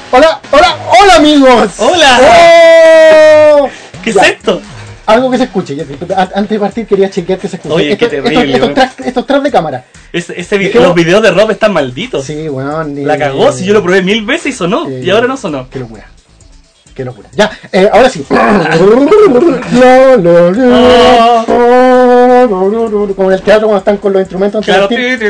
Hola, hola, hola amigos. Hola. Oh. ¿Qué es Ya. esto? Algo que se escuche. Antes de partir quería chequear que se escuche. Oye, qué terrible, Estos tras de cámara. Los videos de Rob están malditos. Sí, bueno, La cagó, si yo lo probé 1000 veces y sonó. Y ahora no sonó. Qué locura. Qué locura. Ya, ahora sí. Como en el teatro cuando están con los instrumentos. Claro.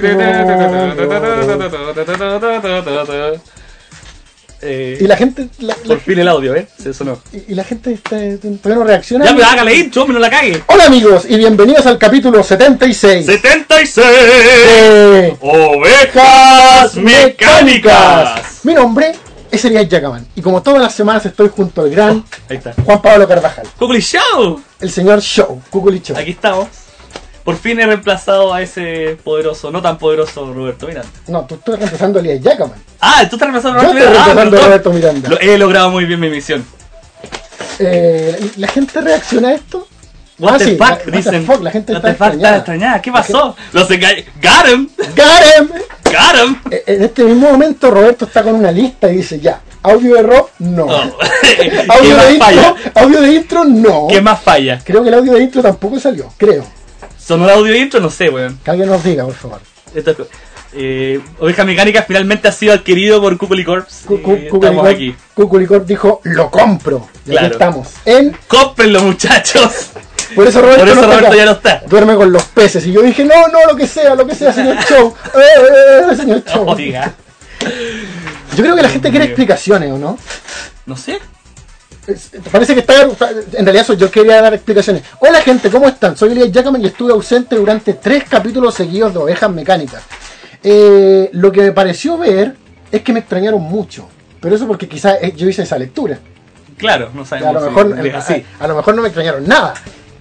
Y la gente... Por fin el audio, se sonó. Y la gente todavía no reacciona. Ya, pero hágale intro, me no la cague. Hola amigos y bienvenidos al capítulo 76. 76 de Ovejas Mecánicas. Mi nombre es Elías Yacaman y como todas las semanas estoy junto al gran Ahí está. Juan Pablo Carvajal, Cuculi Show. el señor Show, Cuculi Show. Aquí estamos. Por fin he reemplazado a ese poderoso, no tan poderoso Roberto Miranda. No, tú estás reemplazando a Elías Yacaman. Ah, tú estás reemplazando a Yo Roberto estoy Miranda. reemplazando a Roberto Miranda. He logrado muy bien mi misión. ¿La gente reacciona a esto? What the sí, fuck, what the dicen. fuck, la gente What está the fuck, extrañada. extrañada. ¿Qué pasó? Los engañé. Got him. ¡Karen! Got him. En este mismo momento Roberto está con una lista y dice ya, audio de Rob, no. Oh. ¿Qué Audio más de falla? intro, audio de intro, no. ¿Qué más falla? Creo que el audio de intro tampoco salió, creo. ¿Sonó el audio intro? No sé, weón. Que alguien nos diga, por favor. Oveja Mecánica finalmente ha sido adquirido por Cuculi Corps. Estamos aquí. Cuculicor dijo, lo compro. Y Claro. aquí estamos. ¡Cómprenlo, muchachos! Por eso Roberto, Por eso no está Roberto acá. ya no está. Duerme con los peces. Y yo dije, no, lo que sea, señor Show. Señor Show. Oiga. Yo creo que la gente quiere explicaciones, ¿o no? No sé. Parece que está... En realidad yo quería dar explicaciones. Hola gente, ¿cómo están? Soy Elías Yacaman y estuve ausente durante 3 capítulos seguidos de Ovejas Mecánicas. Lo que me pareció ver es que me extrañaron mucho. Pero eso porque quizás yo hice esa lectura. Claro, no A sabemos. lo mejor, si es así. a lo mejor no me extrañaron nada.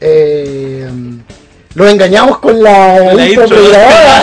Los engañamos con la intro intro. pregrabada.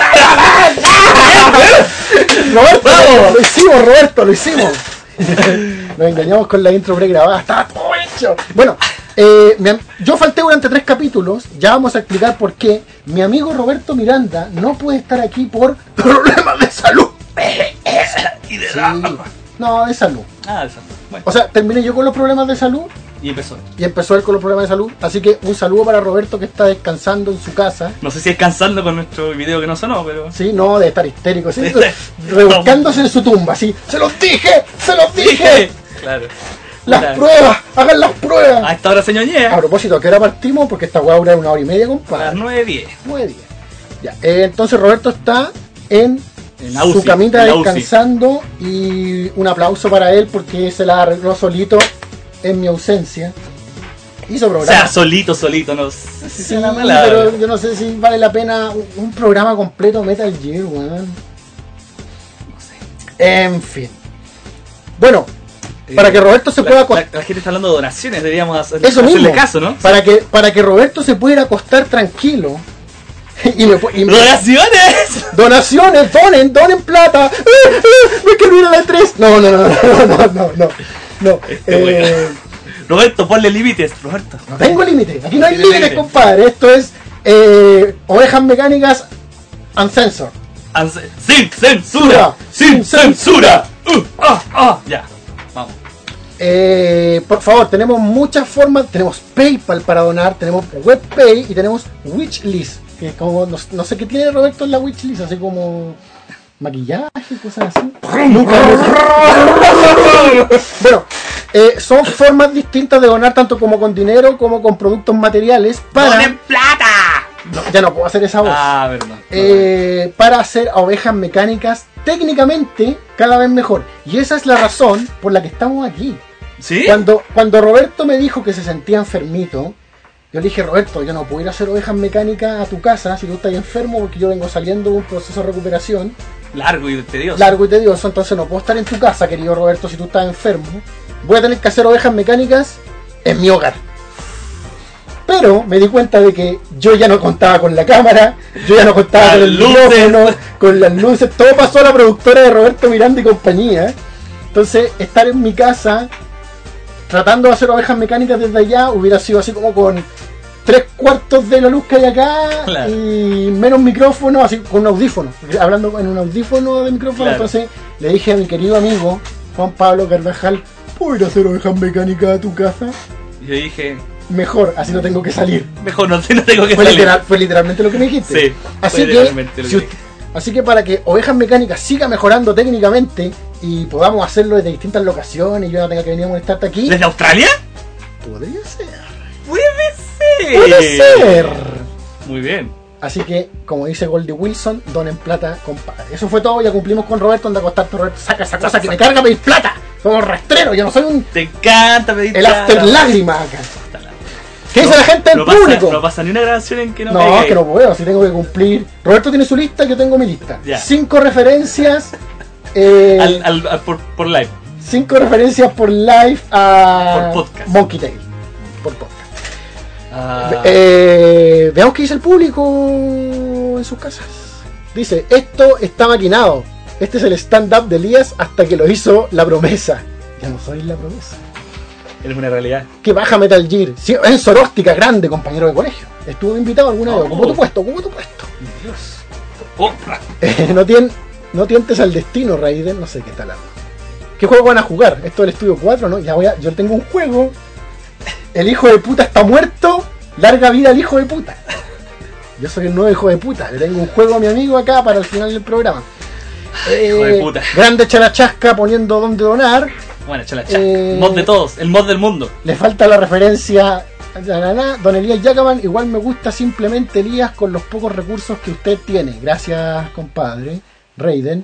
Roberto, lo hicimos, Roberto, lo hicimos. Nos engañamos con la intro pregrabada. Estaba todo hecho. Bueno, yo falté durante 3 capítulos. Ya vamos a explicar por qué. Mi amigo Roberto Miranda no puede estar aquí por problemas de salud. Y de Sí. No, de salud. eso. Bueno. O sea, terminé yo con los problemas de salud Y empezó. y empezó él con los problemas de salud. Así que un saludo para Roberto que está descansando en su casa. No sé si descansando con nuestro video que no sonó, pero. Sí, no, de estar histérico, ¿sí? Revolcándose en su tumba, así. ¡Se los dije! ¡Se los dije! Claro. ¡Las Claro. pruebas! ¡Hagan las pruebas! A esta hora se ñoñea. A propósito, ¿a qué hora partimos? Porque esta hueá dura 1h30, A las compadre. 9:10. 9:10. Ya, entonces Roberto está en la su UCI, camita en la UCI. descansando y un aplauso para él porque se la arregló solito en mi ausencia. Hizo O programa. sea, solito, no sé si Sí, sea una mala. pero yo no sé si vale la pena un programa completo Metal Gear, weón. No sé. En fin. Bueno, para que Roberto se pueda acostar. La gente está hablando de donaciones, deberíamos Eso hacerle mismo. caso, ¿no? Para que Roberto se pueda ir a acostar tranquilo. Y ¡Donaciones! donaciones, donen plata. No es que no ir a la 3. No. Roberto, ponle límites, Roberto. No tengo límite. Aquí no hay Tiene límites, límite. compadre. Esto es Ovejas Mecánicas Uncensored. ¡Sin censura! ¡Sin censura! Ya, vamos. Por favor, tenemos muchas formas. Tenemos PayPal para donar, tenemos WebPay y tenemos Wishlist. Que es como, no sé qué tiene Roberto en la Wishlist, así como maquillaje, cosas así. Bueno, son formas distintas de donar, tanto como con dinero como con productos materiales para... ¡Donen plata! No, ya no puedo hacer esa voz. Verdad. Para hacer a Ovejas Mecánicas técnicamente cada vez mejor. Y esa es la razón por la que estamos aquí. ¿Sí? Cuando Roberto me dijo que se sentía enfermito, yo le dije, Roberto, yo no puedo ir a hacer Ovejas Mecánicas a tu casa si tú estás enfermo, porque yo vengo saliendo de un proceso de recuperación Largo y tedioso. entonces no puedo estar en tu casa, querido Roberto, si tú estás enfermo. Voy a tener que hacer Ovejas Mecánicas en mi hogar. Pero me di cuenta de que yo ya no contaba con la cámara, yo ya no contaba con el micrófono, con las luces, todo pasó a la productora de Roberto Miranda y compañía. Entonces, estar en mi casa tratando de hacer Ovejas Mecánicas desde allá hubiera sido así como con 3/4 de la luz que hay acá, claro, y menos micrófono, así con un audífono, hablando en un audífono de micrófono. Claro. Entonces le dije a mi querido amigo Juan Pablo Carvajal, ¿puedo ir a hacer ovejas mecánicas a tu casa? Y yo dije, mejor, así no tengo que salir. mejor no tengo que Fue, salir. fue literalmente lo que me dijiste. Sí, así fue que, literalmente lo que dije. así que para que Ovejas Mecánicas siga mejorando técnicamente y podamos hacerlo desde distintas locaciones y yo no tenga que venir a molestarte aquí, ¿Desde Australia? podría ser. Puede ser. Puede ser. Muy bien. Así que, como dice Goldie Wilson, donen plata, compadre. Eso fue todo, ya cumplimos con Roberto. Anda a acostarte, Roberto. Saca esa cosa que me carga pedir plata. Somos rastreros, yo no soy un... Te encanta pedir El after lágrima acá. ¿Qué No, dice la gente del no público? No pasa ni una grabación en que no No, pegue. es que no puedo, si tengo que cumplir. Roberto tiene su lista, yo tengo mi lista. Ya. 5 referencias. Por live. 5 referencias por live a Por podcast. Monkey Tail. Por podcast. Ah, Veamos qué dice el público en sus casas. Dice, esto está maquinado. Este es el stand-up de Elías hasta que lo hizo La Promesa. Ya no soy La Promesa. es una realidad. Que baja Metal Gear. Sí, Enzo Róstica, grande compañero de colegio. Estuvo invitado alguna vez. Ocupó tu puesto, ocupó tu puesto. Dios. Oh, No tientes al destino, Raiden. No sé qué está hablando. ¿Qué juego van a jugar? Esto del Estudio 4, ¿no? Yo tengo un juego. El hijo de puta está muerto. Larga vida al hijo de puta. Yo soy el nuevo hijo de puta. Le tengo un juego a mi amigo acá para el final del programa. hijo de puta. Grande Charachasca poniendo dónde donar. Bueno, chala. Mod de todos, el mod del mundo. Le falta la referencia. Don Elías Yacaman, igual me gusta simplemente Elías con los pocos recursos que usted tiene. Gracias, compadre. Raiden.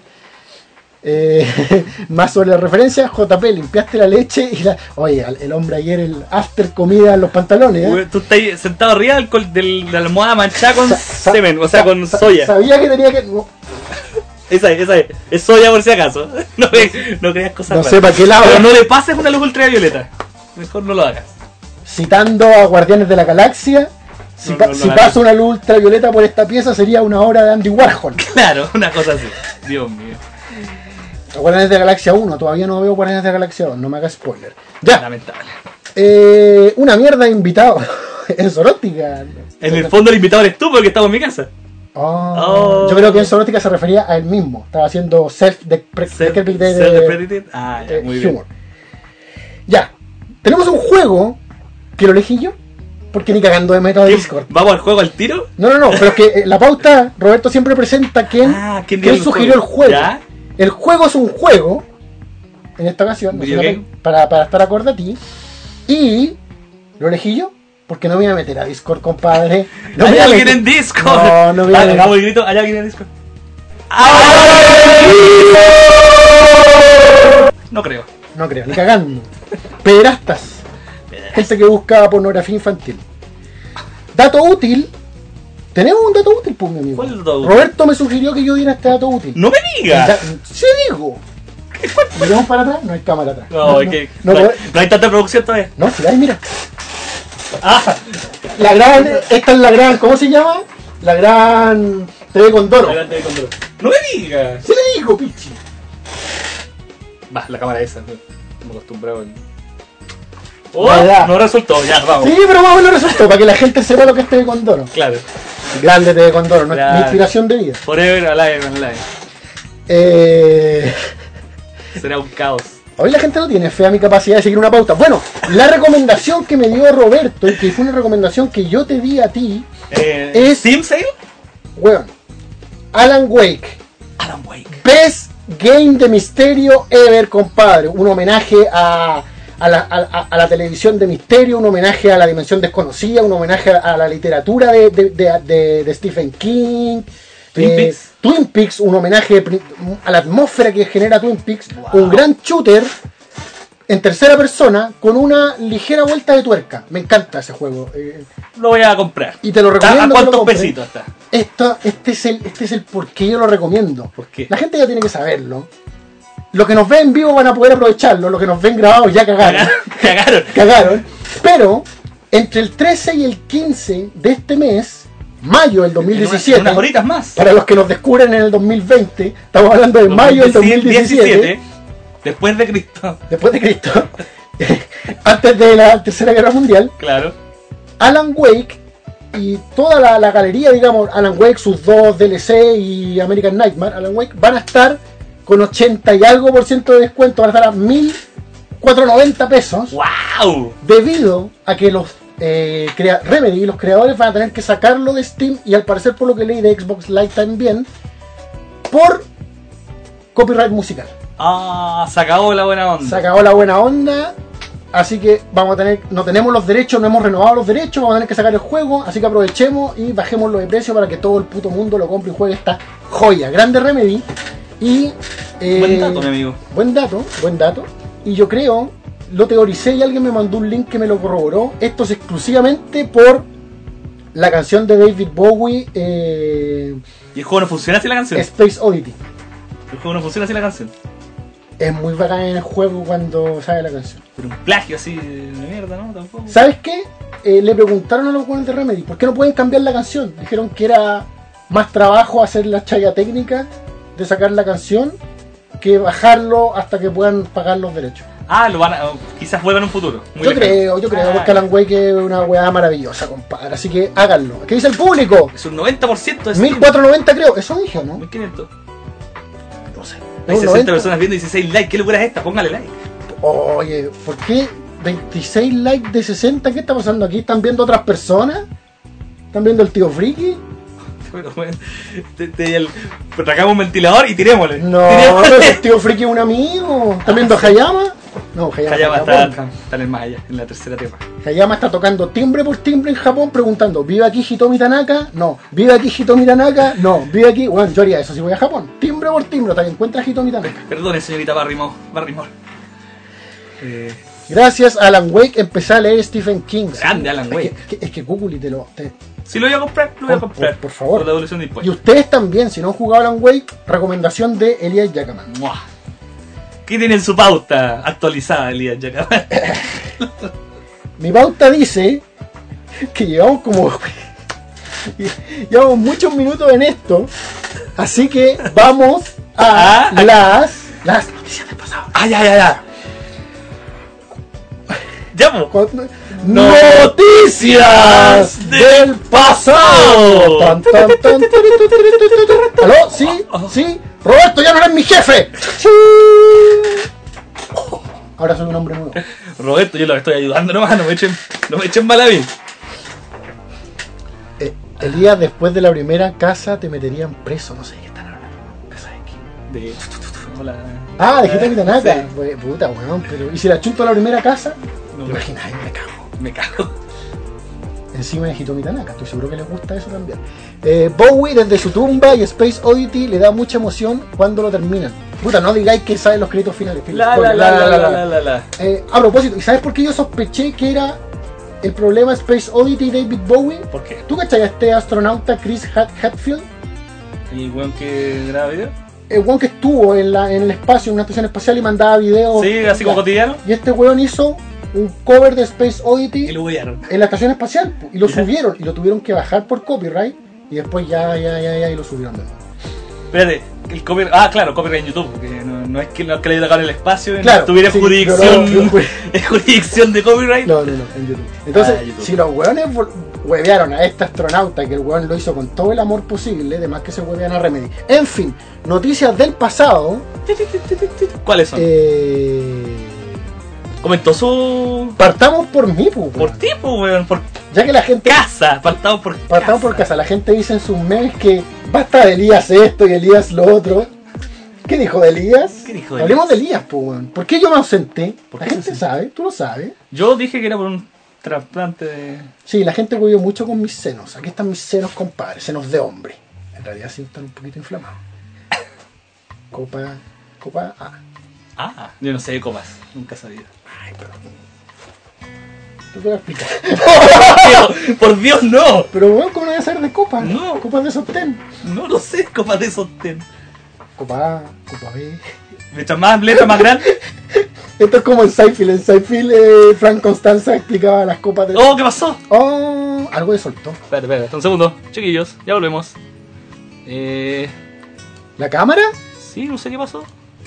Más sobre la referencia, JP, limpiaste la leche y la... Oye, el hombre ayer, el after comida en los pantalones, ¿eh? Tú estás sentado arriba de la almohada manchada con semen, o sea, con soya. Sabía que tenía que... Esa es soya por si acaso. No creas cosas No raras. sé para qué lado. Pero no le pases una luz ultravioleta. Mejor no lo hagas. Citando a Guardianes de la Galaxia, si no, pasa una luz ultravioleta por esta pieza sería una obra de Andy Warhol. Claro, una cosa así. Dios mío. Guardianes de la Galaxia 1, todavía no veo Guardianes de la Galaxia 2, no me hagas spoiler. Ya. Lamentable. Una mierda de invitado. En Sorótica. En el fondo el invitado eres tú porque estamos en mi casa. Oh. Yo creo que en Sorótica se refería a él mismo. Estaba haciendo Self-deprecated. Ah, ya, muy bien. humor. Ya. Tenemos un juego que lo elegí yo. Porque ni cagando de meta de Discord. ¿Vamos al juego al tiro? No, pero es que la pauta, Roberto siempre presenta quién sugirió el juego. ¿Ya? El juego es un juego. En esta ocasión, no ¿Video game? para estar acorde a ti. Y lo elegí yo. Porque no me voy a meter a Discord, compadre. No ¿Hay me voy a alguien meter- en Discord? No voy a meter- Hagamos el grito, ¿hay alguien en Discord? No creo. No creo, ni cagando. Pederastas. Gente que busca pornografía infantil. Dato útil. Tenemos un dato útil, pues, mi amigo. ¿Cuál es el dato útil? Roberto me sugirió que yo diera este dato útil. ¡No me digas! Sí digo. ¿Miramos para atrás? No hay cámara atrás. No, es que no, no hay tanta producción todavía. no, si hay, mira. Ah, La gran, esta es la gran, ¿cómo se llama? La gran TV Condoro. adelante de control. ¡No me digas! Se le dijo, pichi. Va, la cámara esa. No me acostumbraba. Verdad. No resultó, ya, vamos. Sí, pero más o menos resultó, para que la gente sepa lo que es TV Condoro. Claro. Grande TV Condoro, mi Claro. inspiración de vida. Forever alive, alive. Será un caos. Hoy la gente no tiene fe a mi capacidad de seguir una pauta. Bueno, la recomendación que me dio Roberto, y que fue una recomendación que yo te di a ti, Es- ¿Steam Sale? weón, Alan Wake. Alan Wake. Best Game de misterio ever, compadre. Un homenaje a la televisión de misterio, un homenaje a la dimensión desconocida, un homenaje a la literatura de Stephen King. Twin Peaks. Twin Peaks, un homenaje a la atmósfera que genera Twin Peaks. Wow. Un gran shooter en tercera persona con una ligera vuelta de tuerca. Me encanta ese juego. Lo voy a comprar. Y te lo ¿A recomiendo. que lo cuántos compres. pesitos está? Este es el por qué yo lo recomiendo. ¿Por qué? La gente ya tiene que saberlo. Los que nos ven en vivo van a poder aprovecharlo. Los que nos ven grabados ya cagaron. Cagaron. Cagaron. Pero entre el 13 y el 15 de este mes, mayo del 2017, Unas horitas más. para los que nos descubren en el 2020, estamos hablando de mayo del 2017, Después de Cristo. después de Cristo, antes de la Tercera Guerra Mundial, Claro. Alan Wake y toda la galería, digamos, Alan Wake, sus dos DLC y American Nightmare, Alan Wake, van a estar con 80 y algo por ciento de descuento, van a estar a 1.490 pesos. ¡Wow! Debido a que los Remedy, los creadores, van a tener que sacarlo de Steam y al parecer, por lo que leí, de Xbox Live también, por copyright musical. Ah, se acabó la buena onda. Se acabó la buena onda. Así que vamos a tener, no tenemos los derechos, no hemos renovado los derechos, vamos a tener que sacar el juego, así que aprovechemos y bajémoslo de precio para que todo el puto mundo lo compre y juegue esta joya. Grande Remedy. Y buen dato, mi amigo. Buen dato. Y yo creo, lo teoricé y alguien me mandó un link que me lo corroboró. Esto es exclusivamente por la canción de David Bowie. ¿Y el juego no funciona sin la canción? Space Oddity. El juego no funciona sin la canción. Es muy bacán en el juego cuando sale la canción. Pero un plagio así de mierda, ¿no? Tampoco. ¿Sabes qué? Le preguntaron a los jugadores de Remedy ¿por qué no pueden cambiar la canción? Dijeron que era más trabajo hacer la chaya técnica de sacar la canción que bajarlo hasta que puedan pagar los derechos. Ah, lo van a, quizás vuelvan en un futuro. Yo creo, porque Alan Wake es una weá maravillosa, compadre. Así que háganlo. ¿Qué dice el público? Es un 90% de 1490 creo. Eso dije, ¿o no? 1500. No sé. Hay 60 personas viendo y 16 likes. ¿Qué locura es esta? Póngale like. Oye, ¿por qué 26 likes de 60? ¿Qué está pasando aquí? ¿Están viendo otras personas? ¿Están viendo el tío Friki? Bueno, tragamos un ventilador y tirémosle. No, el tío Friki es un amigo. ¿Están viendo a Hayama? No, Hayama está en el más allá, en la tercera tierra. Hayama está tocando timbre por timbre en Japón preguntando, ¿vive aquí Hitomi Tanaka? No. ¿Vive aquí Hitomi Tanaka? No. ¿Vive aquí? Bueno, yo haría eso si voy a Japón. Timbre por timbre, hasta que encuentra Hitomi Tanaka. Perdone, señorita Barrymore. Gracias a Alan Wake empecé a leer Stephen King. Grande Alan Wake. Es que Google te si lo voy a comprar, lo voy a comprar. Por favor. Por devolución de impuestos. Y ustedes también, si no han jugado Alan Wake, recomendación de Elías Yacaman. ¿Qué tiene en su pauta actualizada, Elías Yacaman? Mi pauta dice que llevamos muchos minutos en esto, así que vamos a las noticias del pasado. Ya, Noticias del pasado. ¿Aló? ¿Sí? Roberto, ya no eres mi jefe. Ahora soy un hombre nuevo. Roberto, yo lo estoy ayudando nomás, no me echen mal a mí. Elías, después de la primera casa te meterían preso, no sé de qué están hablando. ¿Casa de qué? Hola. De Hitomi Tanaka. Sí. Puta, weón, pero ¿y si la chunto a la primera casa? No, imagináis, me cago. Encima de Hitomi Tanaka, estoy seguro que les gusta eso también. Bowie desde su tumba y Space Oddity le da mucha emoción cuando lo terminan. Puta, no digáis que saben los créditos finales. A propósito, ¿y sabes por qué yo sospeché que era el problema Space Oddity y David Bowie? ¿Por qué? ¿Tú cachai a este astronauta Chris Hadfield? ¿Y el weón que graba video? El weón que estuvo en el espacio, en una estación espacial y mandaba videos. Sí, así como cotidiano. Y este weón hizo un cover de Space Oddity y lo huyeron en la estación espacial y lo subieron y lo tuvieron que bajar por copyright y después ya y lo subieron de nuevo. Espérate, el copyright, claro, copyright en YouTube, porque no es que le haya tocado en el espacio, claro, tuviera jurisdicción de copyright. No, en YouTube. Entonces, YouTube. Si los weones huevearon a este astronauta, que el weón lo hizo con todo el amor posible, además que se huevean a Remedy. En fin, noticias del pasado. ¿Cuáles son? Comentó su... Partamos por mí, pues. Por ti, pues, weón. Ya que la gente... Partamos por casa. La gente dice en sus memes que basta de Elías esto y Elías lo otro. ¿Qué dijo de Elías? Hablemos de Elías, pues, weón. ¿Por qué yo me ausenté? La gente sabe, tú lo sabes. Yo dije que era por un trasplante de... Sí, la gente huevió mucho con mis senos. Aquí están mis senos, compadre. Senos de hombre. En realidad sí están un poquito inflamados. Copa A. Yo no sé de copas. Nunca he sabido. Ay, pero... Tú te lo explicar. Por Dios, no. Pero bueno, ¿cómo no voy a saber de copas? No. Copas de sostén. No lo sé, copas de sostén. Copa A, copa B. Mientras más letra más grande. Esto es como en Seinfeld. En Seinfeld, Frank Constanza explicaba las copas de... ¿Qué pasó? Algo de soltó. Espérate, un segundo. Chiquillos, ya volvemos. ¿La cámara? Sí, no sé qué pasó.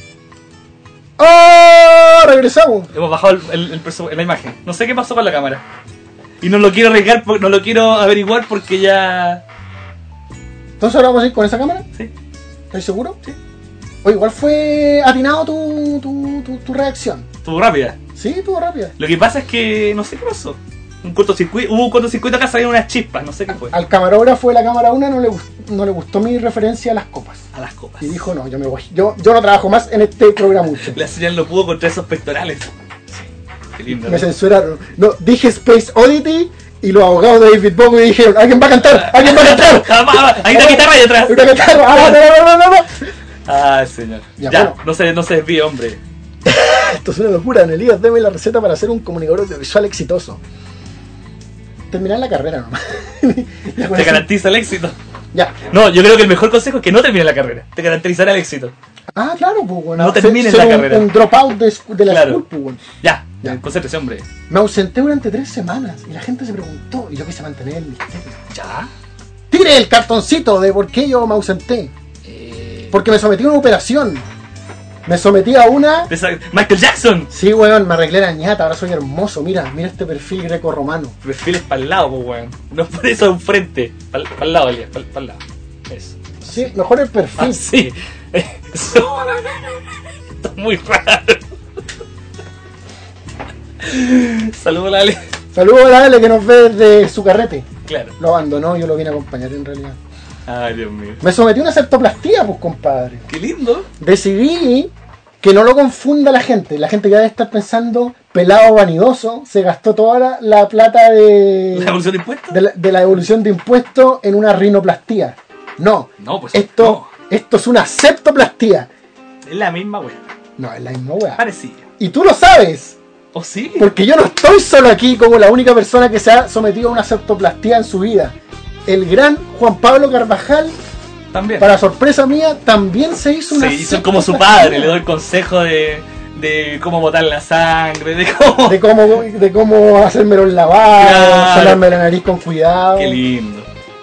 Regresamos. Hemos bajado la imagen. No sé qué pasó con la cámara. Y no lo quiero arriesgar, no lo quiero averiguar porque ya... ¿Entonces ahora vamos a ir con esa cámara? Sí. ¿Estás seguro? Sí. Oye, igual fue atinado tu reacción. Estuvo rápida. Sí, estuvo rápida. Lo que pasa es que no sé qué pasó. Hubo un cortocircuito acá, salieron unas chispas, no sé qué fue. Al camarógrafo de la cámara 1 no le gustó mi referencia a las copas. A las copas. Y dijo, no, yo me voy. Yo no trabajo más en este programucho. La señal no pudo contra esos pectorales. Qué lindo. Me censuraron. No, dije Space Oddity y los abogados de David Bowie dijeron, ¿alguien va a cantar? ¿Alguien va a cantar? Hay una guitarra ahí atrás. Una guitarra. Ah, no. Ah, señor. Ya, bueno. no se desvíe, hombre. Esto es una locura, Elías, deme la receta para ser un comunicador audiovisual exitoso. Terminar la carrera nomás. Te garantiza el éxito. Ya. No, yo creo que el mejor consejo es que no termine la carrera. Te garantizará el éxito. Ah, claro, pues bueno. No termines la carrera. Un dropout de la Claro. school, pues bueno. Ya, concéntrese, hombre. Me ausenté durante 3 semanas y la gente se preguntó y yo quise mantener el misterio. Ya. Tire el cartoncito de por qué yo me ausenté. Porque me sometí a una operación. Me sometí a una... Michael Jackson. Sí, weón, me arreglé la ñata, ahora soy hermoso. Mira este perfil greco-romano. Perfil es para el lado, pues, weón. No es por eso de un frente. Para el lado, Elías, para el lado. Eso. Sí, mejor el perfil. Ah, sí. Eso. Está muy raro. Saludos, Lale. Saludos a la Ale que nos ve desde su carrete. Claro. Lo abandonó, yo lo vine a acompañar en realidad. Ay, Dios mío. Me sometí a una septoplastía, pues, compadre. Qué lindo. Decidí que no lo confunda la gente. La gente que debe estar pensando, pelado vanidoso, se gastó toda la plata ¿La evolución de impuestos? de la devolución de impuestos en una rinoplastía. No. No, pues esto es una septoplastía. Es la misma weá. No, es la misma weá. Parecía. Y tú lo sabes. ¿Oh, sí? Porque yo no estoy solo aquí como la única persona que se ha sometido a una septoplastía en su vida. El gran Juan Pablo Carvajal, También. para sorpresa mía, también se hizo una Se hizo como su septoplastía. padre. Le doy consejo de cómo botar la sangre, de cómo... de cómo hacerme los lavados, Claro. salarme la nariz con cuidado. Qué lindo.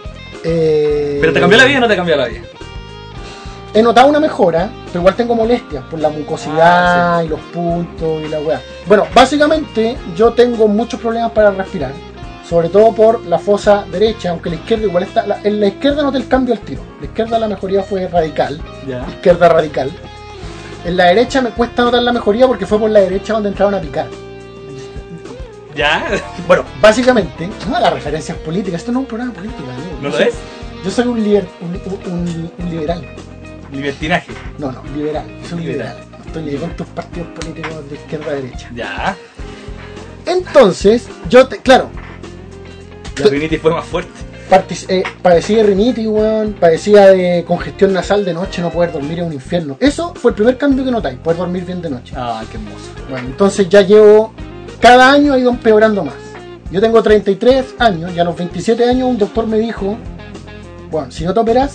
Eh, ¿Pero te cambió la vida o no te cambió la vida? He notado una mejora, pero igual tengo molestias por la mucosidad Ah, sí. y los puntos y la weá. Bueno, básicamente yo tengo muchos problemas para respirar, sobre todo por la fosa derecha, aunque la izquierda igual está... en la izquierda noté el cambio al tiro. La izquierda la mejoría fue radical, Ya. izquierda radical. En la derecha me cuesta notar la mejoría porque fue por la derecha donde entraron a picar. ¿Ya? Bueno, básicamente, no las referencias políticas, esto no es un programa político, amigo. ¿No Yo lo soy- es? Yo soy un liberal. Libertinaje. No, liberal. Yo soy un Liberal. liberal. No estoy ni con tus partidos políticos de izquierda a derecha. Ya. Entonces, claro, La rinitis fue más fuerte. padecía de rinitis, weón, padecía de congestión nasal de noche, no poder dormir es un infierno. Eso fue el primer cambio que notáis, poder dormir bien de noche. Ah, qué hermoso. Bueno, entonces ya llevo, cada año ha ido empeorando más. Yo tengo 33 años y a los 27 años un doctor me dijo, bueno, si no te operás,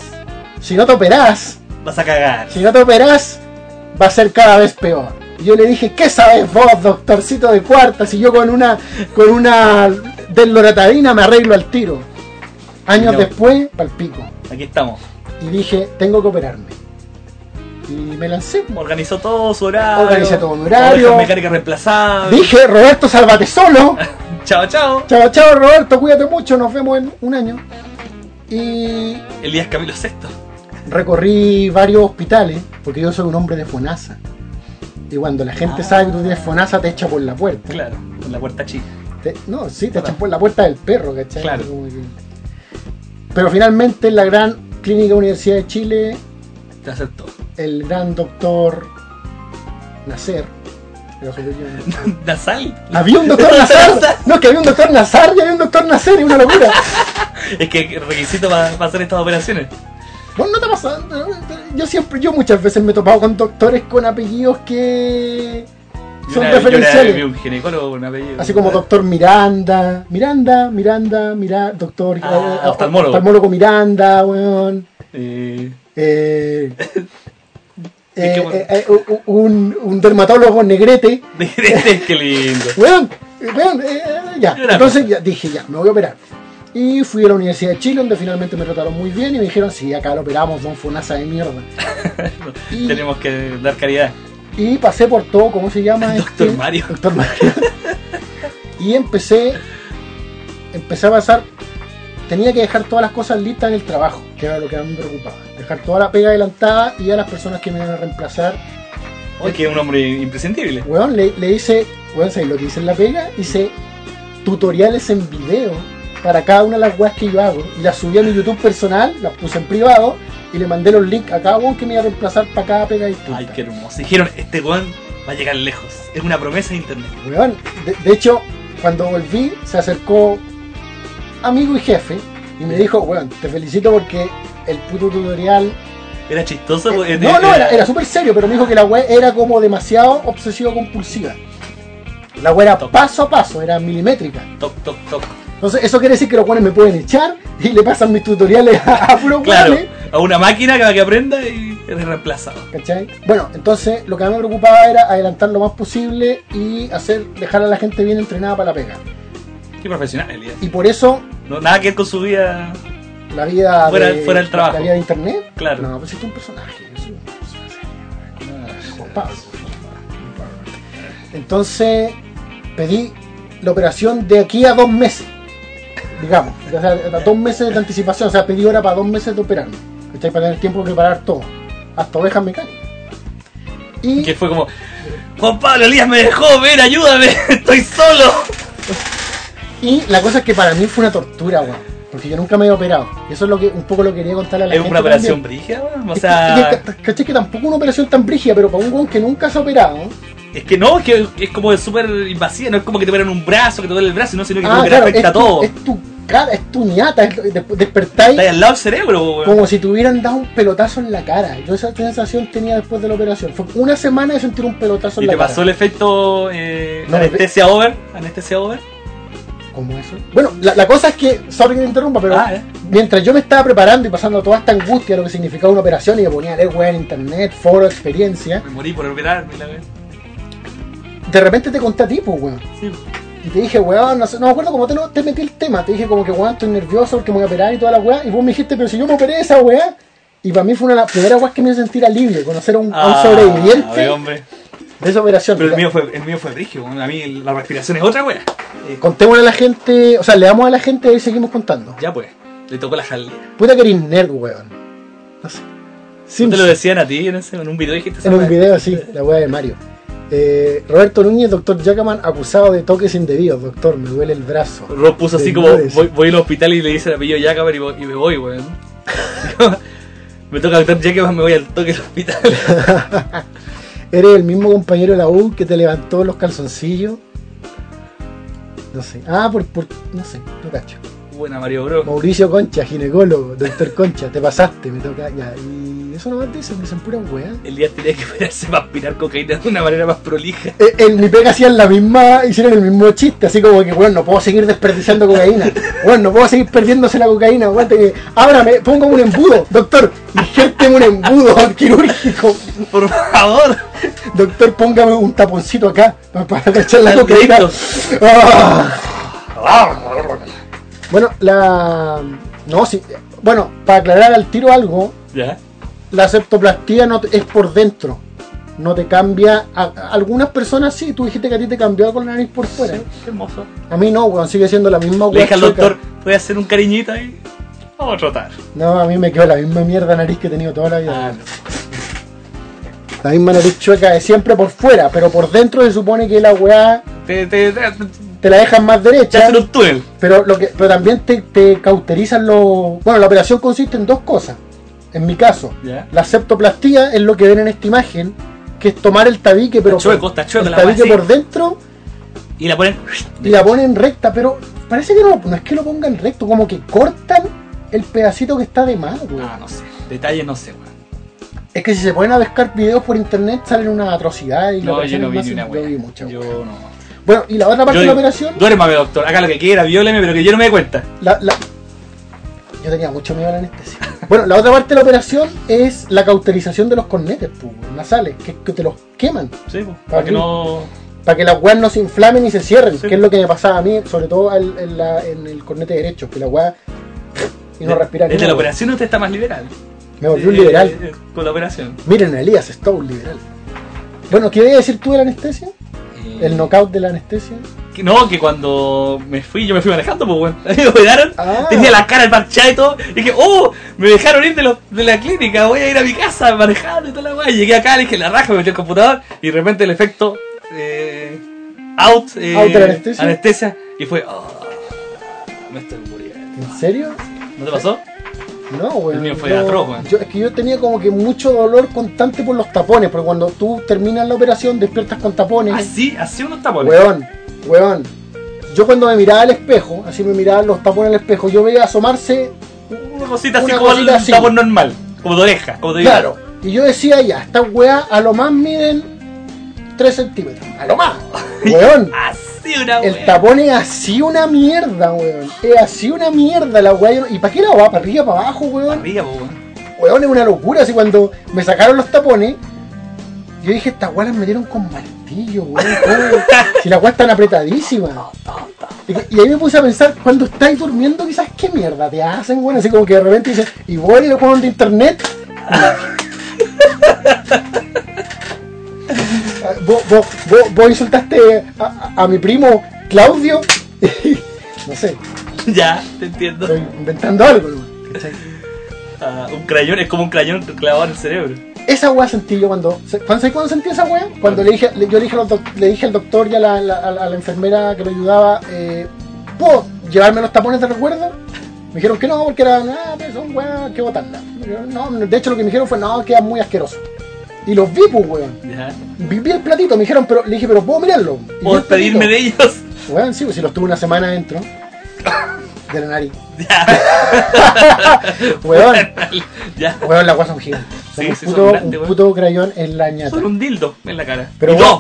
Vas a cagar. va a ser cada vez peor. Y yo le dije, ¿qué sabes vos, doctorcito de cuarta? Si yo con una desloratadina me arreglo al tiro. Años No. después, palpico. Aquí estamos. Y dije, tengo que operarme. Y me lancé. Organizó todo su horario. Organicé todo mi horario. Ovejas mecánicas reemplazadas. Dije, Roberto, sálvate solo. Chao, chao. Chao, chao, Roberto, cuídate mucho, nos vemos en un año. Y Elías Camilo VI. recorrí varios hospitales, porque yo soy un hombre de FONASA. Y cuando la gente sabe que tú tienes FONASA, te echa por la puerta. Claro, con la puerta chica. Te echan por la puerta del perro, ¿cachai? Claro. Como que- Pero finalmente en la gran Clínica Universidad de Chile, Te aceptó. el gran doctor Nacer, era su apellido, ¿no? Nasal. había un doctor Nazar, no, que había un doctor Nazar y había un doctor Nacer, es una locura. Es que el requisito para hacer estas operaciones. ¿Vos no te ha pasado? Yo muchas veces me he topado con doctores con apellidos que son Yo referenciales. vi un ginecólogo con un apellido. Así como doctor Miranda, doctor oftalmólogo. Miranda, weón. Es que Un dermatólogo negrete. Qué lindo. Weón, ya. Era Entonces ya, dije, ya, me voy a operar. Y fui a la Universidad de Chile, donde finalmente me trataron muy bien y me dijeron, sí, acá lo operamos, don Fonasa de mierda. Y- Tenemos que dar caridad. Y pasé por todo, ¿cómo se llama? Doctor Mario. Doctor Mario. Y empecé a pasar, tenía que dejar todas las cosas listas en el trabajo. que era lo que a mí me preocupaba. Dejar toda la pega adelantada y a las personas que me iban a reemplazar. Hoy que es un hombre imprescindible. Weón, le hice, weón, ¿sabes lo que hice en la pega? Hice tutoriales en video para cada una de las weas que yo hago. Y las subí a mi YouTube personal, las puse en privado y le mandé los links a cada weón que me iba a reemplazar para cada pega distinta. Ay, qué hermoso. Dijeron, este weón va a llegar lejos. Es una promesa de internet. Weón, de hecho, cuando volví, se acercó amigo y jefe y me dijo, weón, te felicito porque el puto tutorial... Era chistoso. No, era súper serio, pero me dijo que la web era como demasiado obsesiva compulsiva. La web era paso a paso, era milimétrica. Toc. Entonces eso quiere decir que los weones me pueden echar y le pasan mis tutoriales a puros claro, weones. A una máquina que aprenda y eres reemplazado. ¿Cachai? Bueno, entonces lo que a mí me preocupaba era adelantar lo más posible y dejar a la gente bien entrenada para la pega. Qué profesional, Elías. Y por eso... No, nada que ver con su vida... La vida fuera del trabajo. La vida de internet. Claro. No, pues es un personaje. Yo soy un personaje. Compadre. Entonces pedí la operación de aquí a 2 meses. Digamos. O sea, a 2 meses de anticipación. O sea, pedí hora para 2 meses de operarme. ¿Cachai? Para tener tiempo de preparar todo. Hasta ovejas mecánicas. Y que fue como, Juan Pablo, Elías me dejó, ven, ayúdame, estoy solo. Y la cosa es que para mí fue una tortura, weón. Porque yo nunca me he operado. Y eso es lo que un poco lo quería contarle a la gente. ¿Es una operación brígida, weón? O sea... ¿Cachai? Que tampoco una operación tan brígida, pero para un weón que nunca se ha operado. Es que no, es como súper invasiva. No es como que te operan un brazo, que te duele el brazo, sino que claro, te afecta todo. Es tu cara, es tu ñata. Despertáis. Está ahí al lado del cerebro, weón. Como si te hubieran dado un pelotazo en la cara. Yo esa sensación tenía después de la operación. Fue una semana de sentir un pelotazo en la cara. ¿Y te pasó el efecto anestesia over? ¿Anestesia over? ¿Cómo eso? Bueno, la cosa es que, sorry que me interrumpa, pero mientras yo me estaba preparando y pasando toda esta angustia, lo que significaba una operación, y me ponía a leer weá en internet, foro, experiencia. Me morí por operarme la vez. De repente te conté a ti, pues, weón. Sí. Y te dije, weón, no me acuerdo cómo te metí el tema. Te dije como que, weón, estoy nervioso porque me voy a operar y toda la weá. Y vos me dijiste, pero si yo me operé esa weá. Y para mí fue una de las primeras weas que me hizo sentir alivio, conocer a un sobreviviente hombre. De esa operación. Pero el mío fue brígido. A mí la respiración es otra weá. Contémosle a la gente, o sea, le damos a la gente y seguimos contando. Ya pues, le tocó la jalea. Puta que eres nerd, weón. No sé. ¿No te lo decían a ti en un video? Dijiste en un video, sí, la weá de Mario. Roberto Núñez, doctor Jackman, acusado de toques indebidos. Doctor, me duele el brazo. Rob puso así como, voy al hospital y le dice el apellido Jackman y me voy, weón. Me toca doctor Jackman, me voy al toque del hospital. ¿Eres el mismo compañero de la U que te levantó los calzoncillos? No sé. No sé, no cacho. Buena, Mario Bro. Mauricio Concha, ginecólogo, doctor Concha, te pasaste, me toca. Ya, y eso nomás dicen pura weá. Elías tenía que operarse para aspirar cocaína de una manera más prolija. En mi pega hicieron el mismo chiste, así como que, weón, no puedo seguir desperdiciando cocaína. Weón, no puedo seguir perdiéndose la cocaína, weón. Ábrame, póngame un embudo, doctor, injérteme un embudo quirúrgico. Por favor. Doctor, póngame un taponcito acá para echar la cocaína. Bueno, bueno, para aclarar al tiro algo, ¿ya? La septoplastía no es por dentro, no te cambia. Algunas personas sí, tú dijiste que a ti te cambió con la nariz por fuera. Sí, qué hermoso. A mí no, weón, sigue siendo la misma. Le dije al doctor, voy a hacer un cariñito ahí, vamos a trotar. No, a mí me quedó la misma mierda nariz que he tenido toda la vida. La misma nariz chueca de siempre por fuera, pero por dentro se supone que la weá te la dejan más derecha. Te hacen un túnel. Pero también te cauterizan los... Bueno, la operación consiste en 2 cosas. En mi caso, la septoplastía es lo que ven en esta imagen, que es tomar el tabique, pero está chueco, el tabique por dentro y la ponen recta, pero parece que no es que lo pongan recto, como que cortan el pedacito que está de más, güey. No sé, detalles no sé, güey. Es que si se ponen a buscar videos por internet salen una atrocidad y no, yo no vi ni una weá. Yo no. Bueno, y la otra parte de la operación... Duérmame, doctor, haga lo que quiera, vióleme, pero que yo no me dé cuenta. Yo tenía mucho miedo a la anestesia. Bueno, la otra parte de la operación es la cauterización de los cornetes nasales, que te los queman. Sí, para que no... Para que las weas no se inflamen y se cierren, que es lo que me pasaba a mí, sobre todo en el cornete derecho, que la wea... y no respirar. ¿Desde la operación usted está más liberal? Me volví un liberal. Con la operación. Miren, Elías, está un liberal. Bueno, ¿qué ibas a decir tú de la anestesia? ¿El knockout de la anestesia? que cuando yo me fui manejando, pues bueno, me operaron, tenía la cara parchada y todo, y dije, me dejaron ir de la clínica, voy a ir a mi casa manejando y toda la weá. Y llegué acá, le dije la raja, me metí al computador, y de repente el efecto out de anestesia, y fue, me estoy muriendo. ¿En serio? ¿No te pasó? No, güey. El mío fue atroz, güey. Es que yo tenía como que mucho dolor constante por los tapones, porque cuando tú terminas la operación despiertas con tapones. Así unos tapones. Weón. Yo cuando me miraba al espejo, así me miraba los tapones al espejo, yo veía asomarse una cosita así como el tapón normal, como de oreja, como de claro. Y yo decía, ya, estas weas a lo más miden 3 centímetros. A lo más. Weón. El tapón es así una mierda, weón. Es así una mierda la weá. ¿Y para qué la va? ¿Para arriba, para abajo, weón? Para arriba, weón. Weón, es una locura. Así cuando me sacaron los tapones, yo dije, estas weas las metieron con martillo, weón. Si las weas están apretadísimas. Y ahí me puse a pensar, cuando estáis durmiendo, quizás qué mierda te hacen, weón. Así como que de repente dices, y voy y lo juego de internet. Vos insultaste a mi primo Claudio. No sé. Ya, te entiendo. Estoy inventando algo, ¿no? Un crayón, es como un crayón clavado en el cerebro. Esa weá sentí yo cuando sentí esa weá? Cuando le dije al doctor y a la enfermera que lo ayudaba, ¿puedo llevarme los tapones de recuerdo? Me dijeron que no, porque son weas que botarlas. No, de hecho lo que me dijeron fue, no, queda muy asqueroso. Y los vi, pues, weón. Vi el platito, me dijeron, le dije, pero ¿puedo mirarlo? ¿Puedo despedirme de ellos? Weón, sí, pues si los tuve una semana adentro. De la nariz. Weón. Weón, las guas son gigantes. Sí, un puto crayón en la ñata. Son un dildo en la cara. Pero no